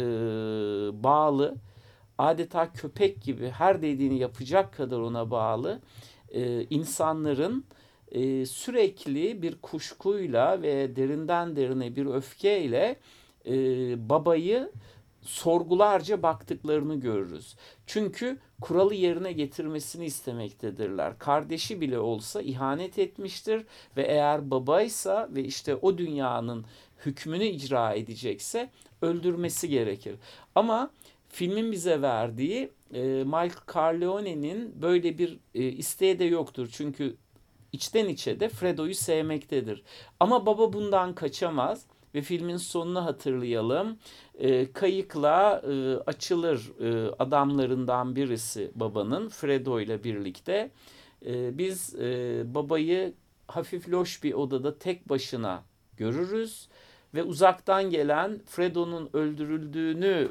bağlı, adeta köpek gibi her dediğini yapacak kadar ona bağlı e, insanların e, sürekli bir kuşkuyla ve derinden derine bir öfkeyle e, babayı sorgularca baktıklarını görürüz. Çünkü kuralı yerine getirmesini istemektedirler. Kardeşi bile olsa ihanet etmiştir ve eğer babaysa ve işte o dünyanın hükmünü icra edecekse öldürmesi gerekir. Ama filmin bize verdiği e, Michael Corleone'nin böyle bir e, isteği de yoktur. Çünkü içten içe de Fredo'yu sevmektedir. Ama baba bundan kaçamaz ve filmin sonunu hatırlayalım. E, kayıkla e, açılır e, adamlarından birisi babanın Fredo ile birlikte. E, biz e, babayı hafif loş bir odada tek başına görürüz. Ve uzaktan gelen Fredo'nun öldürüldüğünü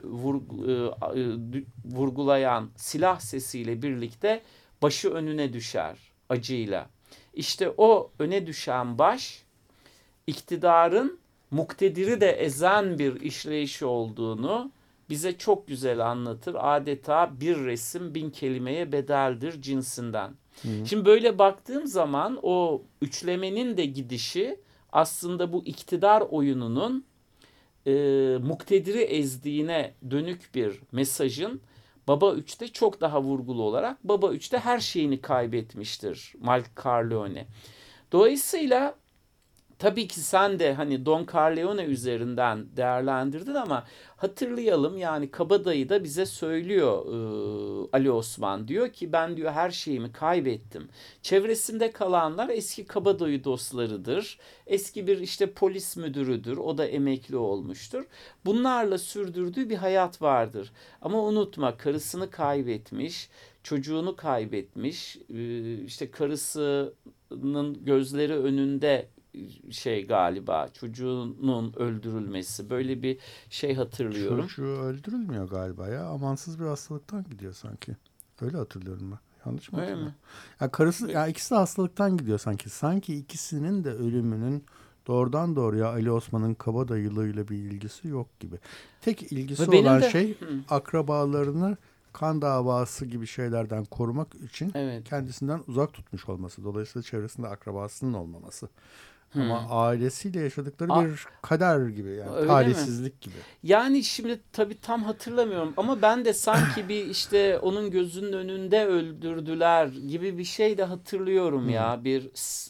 vurgulayan silah sesiyle birlikte başı önüne düşer acıyla. İşte o öne düşen baş iktidarın muktediri de ezen bir işleyişi olduğunu bize çok güzel anlatır. Adeta bir resim bin kelimeye bedeldir cinsinden. Hı. Şimdi böyle baktığım zaman o üçlemenin de gidişi aslında bu iktidar oyununun e, muktediri ezdiğine dönük bir mesajın Baba üçte çok daha vurgulu olarak Baba üçte her şeyini kaybetmiştir Michael Corleone. Dolayısıyla tabii ki sen de hani Don Corleone üzerinden değerlendirdin ama hatırlayalım yani Kabadayı da bize söylüyor e, Ali Osman diyor ki ben diyor her şeyimi kaybettim. Çevresinde kalanlar eski Kabadayı dostlarıdır. Eski bir işte polis müdürüdür. O da emekli olmuştur. Bunlarla sürdürdüğü bir hayat vardır. Ama unutma karısını kaybetmiş, çocuğunu kaybetmiş, e, işte karısının gözleri önünde şey galiba çocuğunun öldürülmesi böyle bir şey hatırlıyorum. Çocuğu öldürülmüyor galiba ya. Amansız bir hastalıktan gidiyor sanki. Öyle hatırlıyorum ben. Yanlış mı hatırlıyorum? Ya karısı ya ikisi de hastalıktan gidiyor sanki. Sanki ikisinin de ölümünün doğrudan doğruya Ali Osman'ın kabadayılığıyla bir ilgisi yok gibi. Tek ilgisi Ve olan de, şey hı. akrabalarını kan davası gibi şeylerden korumak için evet. kendisinden uzak tutmuş olması. Dolayısıyla çevresinde akrabasının olmaması. Hmm. Ama ailesiyle yaşadıkları A- bir kader gibi yani Öyle talihsizlik mi? gibi. Yani şimdi tabii tam hatırlamıyorum ama ben de sanki bir işte onun gözünün önünde öldürdüler gibi bir şey de hatırlıyorum hmm. ya. Bir s-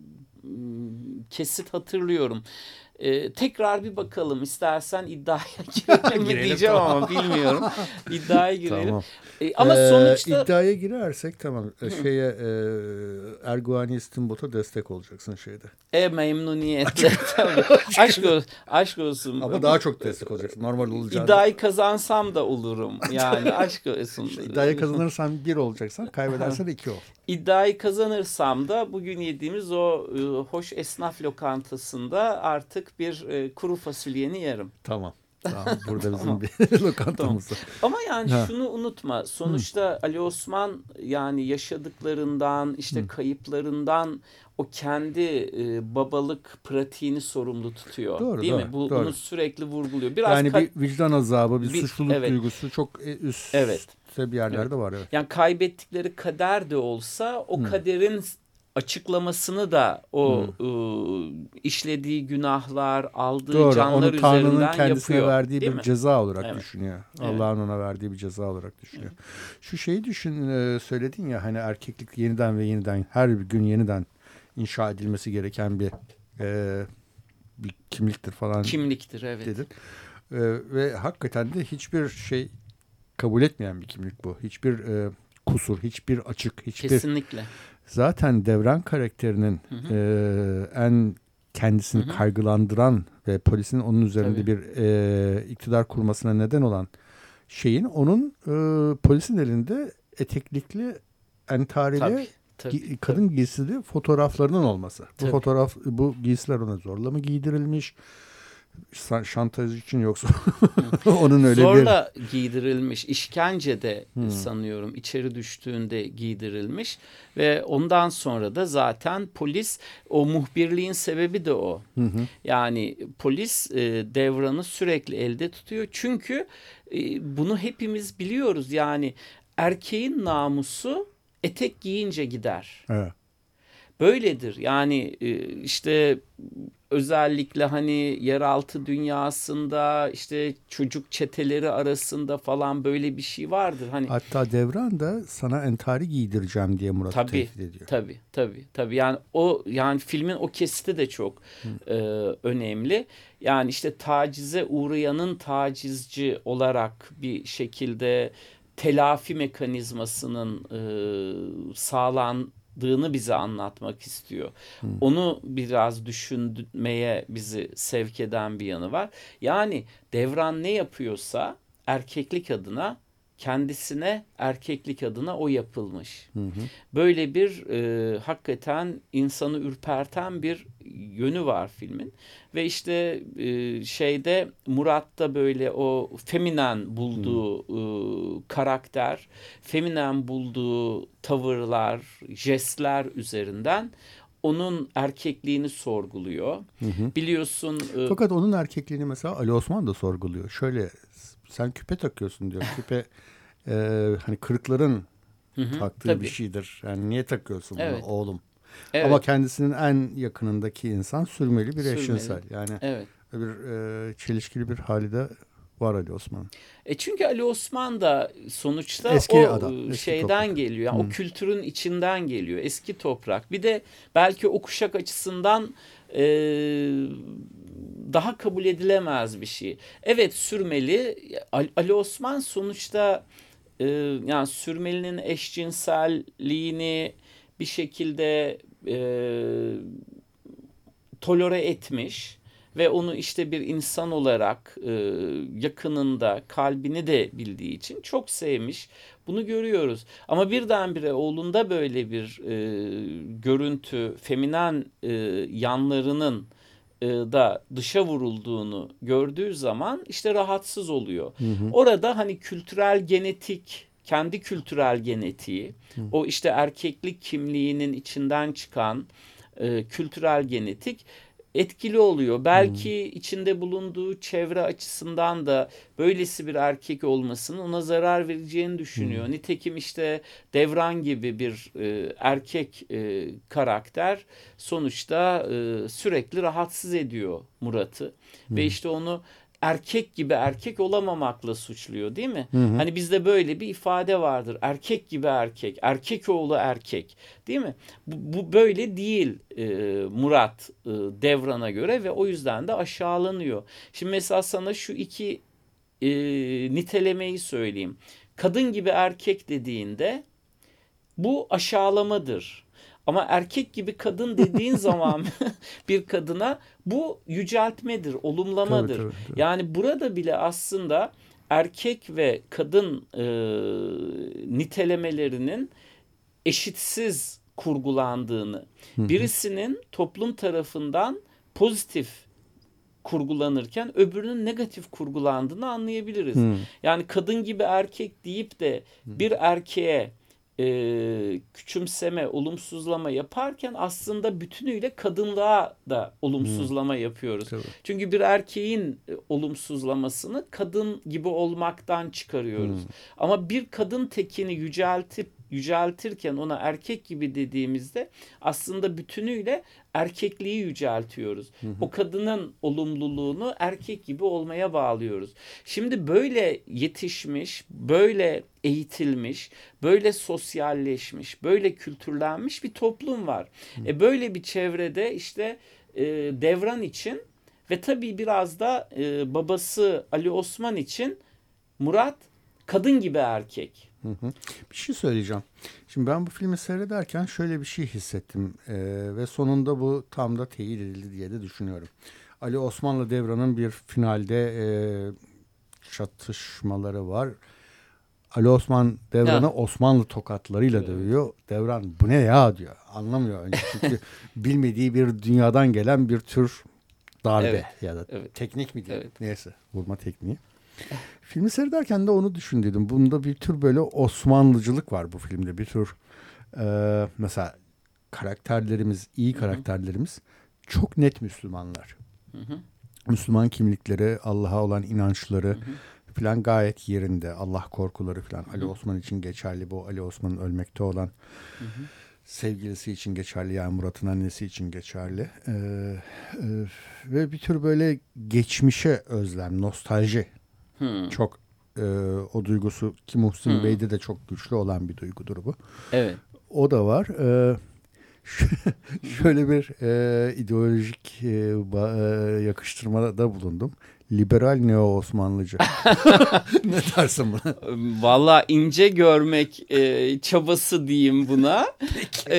kesit hatırlıyorum. Ee, tekrar bir bakalım istersen iddiaya girelim mi diyeceğim tamam. Ama bilmiyorum. İddiaya girelim. Tamam. Ee, ama ee, sonuçta iddiaya girersek tamam şeye e, Erguvani İstimbot'a destek olacaksın şeyde. E memnuniyetle tabii. aşk, ol, aşk olsun. Ama daha çok destek olacaksın. Normal olacağını. İddiayı kazansam da olurum. Yani aşk olsun. İddiayı kazanırsan bir olacaksan, kaybedersen iki ol. İddiayı kazanırsam da bugün yediğimiz o e, hoş esnaf lokantasında artık bir e, kuru fasulyeni yerim. Tamam. Tamam, burada bizim tamam. bir lokantamız tamam. Ama yani ha. şunu unutma. Sonuçta Hı. Ali Osman yani yaşadıklarından, işte Hı. kayıplarından o kendi e, babalık pratiğini sorumlu tutuyor. Doğru, değil doğru, mi? Bu, doğru. Bunu sürekli vurguluyor. Biraz yani ka- bir vicdan azabı, bir, bir suçluluk evet. duygusu çok üst evet. bir yerlerde evet. var. Evet. Yani kaybettikleri kader de olsa o Hı. kaderin açıklamasını da o hmm. ıı, işlediği günahlar, aldığı Doğru, canlar üzerinden yapıyor. Doğru, onu Tanrı'nın kendisine yapıyor, verdiği bir mi? ceza olarak evet. düşünüyor. Evet. Allah'ın ona verdiği bir ceza olarak düşünüyor. Evet. Şu şeyi düşün, söyledin ya hani erkeklik yeniden ve yeniden her gün yeniden inşa edilmesi gereken bir e, bir kimliktir falan. Kimliktir, evet. Dedin. E, ve hakikaten de hiçbir şey kabul etmeyen bir kimlik bu. Hiçbir e, kusur, hiçbir açık, hiçbir... Kesinlikle. Zaten Devran karakterinin hı hı. E, en kendisini hı hı. kaygılandıran ve polisin onun üzerinde Tabii. bir e, iktidar kurmasına neden olan şeyin onun e, polisin elinde eteklikli, entarili, Tabii. Tabii. kadın Tabii. giysili fotoğraflarının olması. Tabii. Bu fotoğraf, bu giysiler ona zorla mı giydirilmiş? Şantaj için yoksa onun öyle zorla bir... giydirilmiş, işkencede hmm. sanıyorum içeri düştüğünde giydirilmiş ve ondan sonra da zaten polis, o muhbirliğin sebebi de o. Hı hı. Yani polis e, Devran'ı sürekli elde tutuyor çünkü e, bunu hepimiz biliyoruz, yani erkeğin namusu etek giyince gider. Evet. Böyledir yani işte özellikle hani yeraltı dünyasında işte çocuk çeteleri arasında falan böyle bir şey vardır. Hani hatta Devran da sana entari giydireceğim diye Murat'ı tabii, tehdit ediyor. Tabii tabii tabii yani o yani filmin o kesiti de çok e, önemli. Yani işte tacize uğrayanın tacizci olarak bir şekilde telafi mekanizmasının e, sağlan dığını bize anlatmak istiyor. Hmm. Onu biraz düşünmeye bizi sevk eden bir yanı var. Yani Devran ne yapıyorsa erkeklik adına, kendisine erkeklik adına o yapılmış. Hı hı. Böyle bir e, hakikaten insanı ürperten bir yönü var filmin. Ve işte e, şeyde Murat'ta böyle o feminen bulduğu e, karakter, feminen bulduğu tavırlar, jestler üzerinden onun erkekliğini sorguluyor. Hı hı. Biliyorsun. E, Fakat onun erkekliğini mesela Ali Osman da sorguluyor. Şöyle, sen küpe takıyorsun diyor. Küpe e, hani kırıkların hı hı, taktığı tabii. bir şeydir. Yani niye takıyorsun bunu evet. oğlum? Evet. Ama kendisinin en yakınındaki insan sürmeli bir sürmeli. eşcinsel. Yani evet. bir e, çelişkili bir hali de var Ali Osman. E çünkü Ali Osman da sonuçta eski o adam, eski şeyden toprak. geliyor. Yani hmm. o kültürün içinden geliyor. Eski toprak. Bir de belki o kuşak açısından e, daha kabul edilemez bir şey. Evet, sürmeli. Ali Osman sonuçta e, yani sürmelinin eşcinselliğini bir şekilde e, tolere etmiş ve onu işte bir insan olarak e, yakınında, kalbini de bildiği için çok sevmiş. Bunu görüyoruz. Ama birdenbire oğlunda böyle bir e, görüntü, feminen e, yanlarının e, da dışa vurulduğunu gördüğü zaman işte rahatsız oluyor. Hı hı. Orada hani kültürel genetik, kendi kültürel genetiği, hı. o işte erkeklik kimliğinin içinden çıkan e, kültürel genetik etkili oluyor. Belki hmm. içinde bulunduğu çevre açısından da böylesi bir erkek olmasının ona zarar vereceğini düşünüyor. Hmm. Nitekim işte Devran gibi bir e, erkek e, karakter sonuçta e, sürekli rahatsız ediyor Murat'ı. Hmm. Ve işte onu erkek gibi erkek olamamakla suçluyor, değil mi? Hı hı. Hani bizde böyle bir ifade vardır. Erkek gibi erkek, erkek oğlu erkek, değil mi? Bu, bu böyle değil e, Murat e, Devran'a göre ve o yüzden de aşağılanıyor. Şimdi mesela sana şu iki e, nitelemeyi söyleyeyim. Kadın gibi erkek dediğinde bu aşağılamadır. Ama erkek gibi kadın dediğin zaman bir kadına bu yüceltmedir, olumlamadır. Tabii, tabii, tabii. Yani burada bile aslında erkek ve kadın e, nitelemelerinin eşitsiz kurgulandığını, Hı-hı. birisinin toplum tarafından pozitif kurgulanırken öbürünün negatif kurgulandığını anlayabiliriz. Hmm. Yani kadın gibi erkek deyip de bir erkeğe e, küçümseme, olumsuzlama yaparken aslında bütünüyle kadınlığa da olumsuzlama hmm. yapıyoruz. Tabii. Çünkü bir erkeğin olumsuzlamasını kadın gibi olmaktan çıkarıyoruz. Hmm. Ama bir kadın tekini yüceltip yüceltirken ona erkek gibi dediğimizde aslında bütünüyle erkekliği yüceltiyoruz. Hı hı. O kadının olumluluğunu erkek gibi olmaya bağlıyoruz. Şimdi böyle yetişmiş, böyle eğitilmiş, böyle sosyalleşmiş, böyle kültürlenmiş bir toplum var. Hı. E böyle bir çevrede işte e, Devran için ve tabii biraz da e, babası Ali Osman için Murat kadın gibi erkek. Hı hı. Bir şey söyleyeceğim. Şimdi ben bu filmi seyrederken şöyle bir şey hissettim ee, ve sonunda bu tam da teyit edildi diye de düşünüyorum. Ali Osman'la Devran'ın bir finalde e, çatışmaları var. Ali Osman Devran'ı ya. Osmanlı tokatlarıyla evet. dövüyor. Devran bu ne ya diyor. Anlamıyor önce. Çünkü bilmediği bir dünyadan gelen bir tür darbe evet. ya da evet. teknik mi diyelim. Evet. Neyse vurma tekniği. Filmi seyrederken de onu düşündüm. Bunda bir tür böyle Osmanlıcılık var bu filmde. Bir tür e, mesela karakterlerimiz, iyi karakterlerimiz çok net Müslümanlar. Hı hı. Müslüman kimlikleri, Allah'a olan inançları hı hı. falan gayet yerinde. Allah korkuları falan. Hı hı. Ali Osman için geçerli bu. Ali Osman'ın ölmekte olan hı hı. sevgilisi için geçerli. Yani Murat'ın annesi için geçerli. Ee, e, ve bir tür böyle geçmişe özlem, nostalji. Hmm. Çok e, o duygusu ki Muhsin hmm. Bey'de de çok güçlü olan bir duygudur bu. Evet. O da var. E, şöyle bir e, ideolojik e, ba, e, yakıştırmada bulundum. Liberal neo-Osmanlıcı. Ne dersin buna? Vallahi ince görmek e, çabası diyeyim buna. E,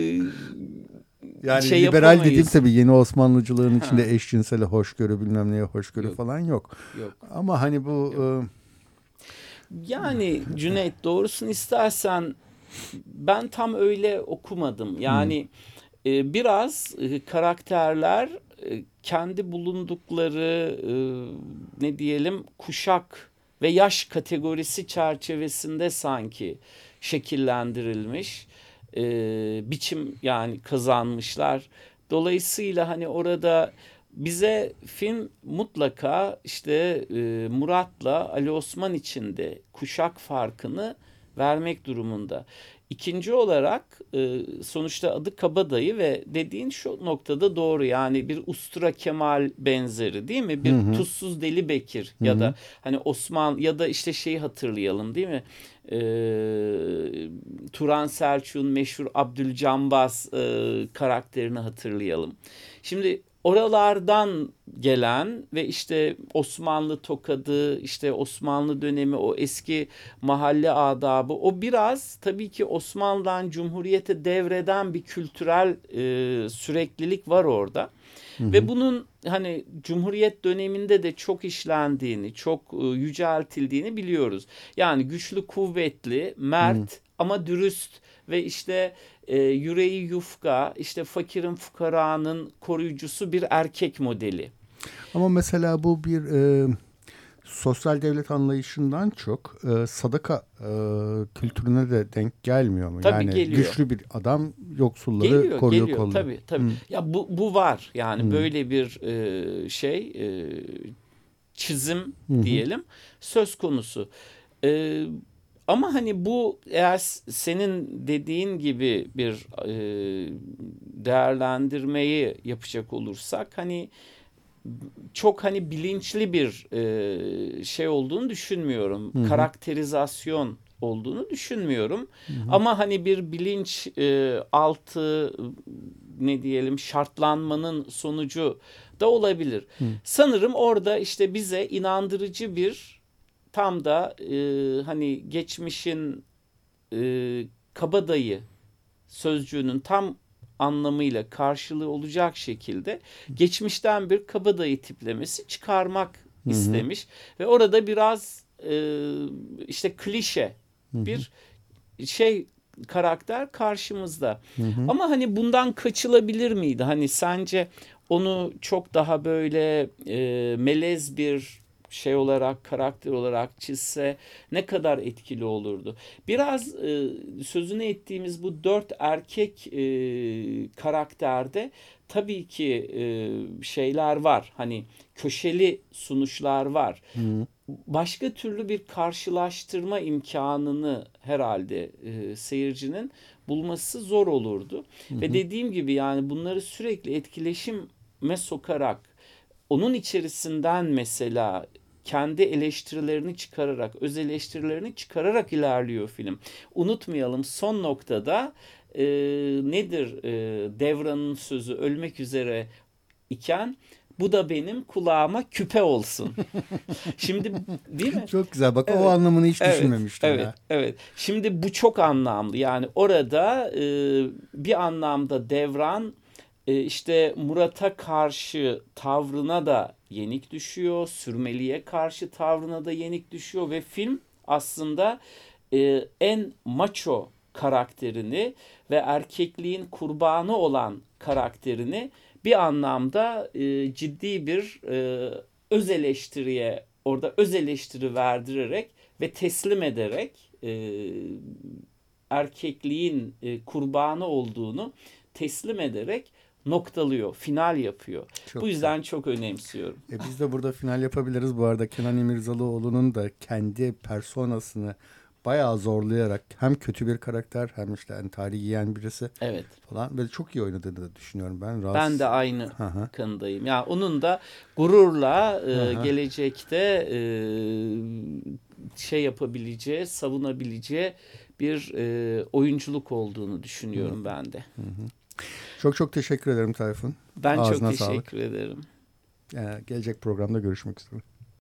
Yani şey liberal dediğim tabii yeni Osmanlıcılığın içinde ha. eşcinsele hoşgörü bilmem neye hoşgörü yok. falan yok. yok. Ama hani bu... E... Yani Cüneyt doğrusunu istersen ben tam öyle okumadım. Yani hmm. e, biraz e, karakterler e, kendi bulundukları e, ne diyelim kuşak ve yaş kategorisi çerçevesinde sanki şekillendirilmiş. E, biçim yani kazanmışlar. Dolayısıyla hani orada bize film mutlaka işte e, Murat'la Ali Osman için de kuşak farkını vermek durumunda. İkinci olarak e, sonuçta adı Kabadayı ve dediğin şu noktada doğru yani bir Ustura Kemal benzeri değil mi? Bir hı hı. Tuzsuz Deli Bekir hı hı. ya da hani Osman ya da işte şeyi hatırlayalım değil mi? E, Turan Selçuk'un meşhur Abdülcambaz e, karakterini hatırlayalım. Şimdi oralardan gelen ve işte Osmanlı tokadı, işte Osmanlı dönemi, o eski mahalle adabı, o biraz tabii ki Osmanlı'dan Cumhuriyet'e devreden bir kültürel e, süreklilik var orada. Hı hı. Ve bunun hani Cumhuriyet döneminde de çok işlendiğini, çok e, yüceltildiğini biliyoruz. Yani güçlü, kuvvetli, mert hı. ama dürüst ve işte e, yüreği yufka, işte fakirin fukaranın koruyucusu bir erkek modeli. Ama mesela bu bir e, sosyal devlet anlayışından çok e, sadaka e, kültürüne de denk gelmiyor mu? Tabii yani geliyor. Güçlü bir adam yoksulları geliyor, koruyor geliyor, kolluyor. Tabii tabii. Hmm. Ya bu bu var. Yani hmm. böyle bir e, şey e, çizim hmm. diyelim söz konusu. E, Ama hani bu eğer senin dediğin gibi bir e, değerlendirmeyi yapacak olursak hani çok hani bilinçli bir e, şey olduğunu düşünmüyorum. Hı hı. Karakterizasyon olduğunu düşünmüyorum. Hı hı. Ama hani bir bilinç e, altı ne diyelim şartlanmanın sonucu da olabilir. Hı. Sanırım orada işte bize inandırıcı bir tam da e, hani geçmişin e, kabadayı sözcüğünün tam anlamıyla karşılığı olacak şekilde geçmişten bir kabadayı tiplemesi çıkarmak hı hı. istemiş. Ve orada biraz e, işte klişe hı hı. bir şey karakter karşımızda. Hı hı. Ama hani bundan kaçılabilir miydi? Hani sence onu çok daha böyle e, melez bir şey olarak, karakter olarak çizse ne kadar etkili olurdu. Biraz e, sözünü ettiğimiz bu dört erkek e, karakterde tabii ki e, şeyler var. Hani köşeli sunuşlar var. Hı. Başka türlü bir karşılaştırma imkanını herhalde e, seyircinin bulması zor olurdu. Hı hı. Ve dediğim gibi yani bunları sürekli etkileşime sokarak, onun içerisinden mesela kendi eleştirilerini çıkararak, öz eleştirilerini çıkararak ilerliyor film. Unutmayalım, son noktada e, nedir e, Devran'ın sözü, ölmek üzere iken bu da benim kulağıma küpe olsun. Şimdi değil mi? Çok güzel. Bak evet. O anlamını hiç evet. düşünmemiştim evet. ya. Evet. Şimdi bu çok anlamlı. Yani orada e, bir anlamda Devran e, işte Murat'a karşı tavrına da yenik düşüyor. Sürmeli'ye karşı tavrına da yenik düşüyor ve film aslında e, en maço karakterini ve erkekliğin kurbanı olan karakterini bir anlamda e, ciddi bir e, öz eleştiriye, orada öz eleştiri verdirerek ve teslim ederek e, erkekliğin e, kurbanı olduğunu teslim ederek noktalıyor, final yapıyor. Çok Bu yüzden güzel. çok önemsiyorum. E biz de burada final yapabiliriz. Bu arada Kenan İmirzalıoğlu'nun da kendi personasını bayağı zorlayarak hem kötü bir karakter hem işte yani tarihi yiyen birisi evet. falan ve çok iyi oynadığını da düşünüyorum ben. Rahatsız... Ben de aynı Hı-hı. kanıdayım. Yani onun da gururla e, gelecekte e, şey yapabileceği, savunabileceği bir e, oyunculuk olduğunu düşünüyorum Hı-hı. ben de. Hı-hı. Çok çok teşekkür ederim Tayfun. Ben Ağzına çok teşekkür sağlık. ederim. Ee, gelecek programda görüşmek üzere.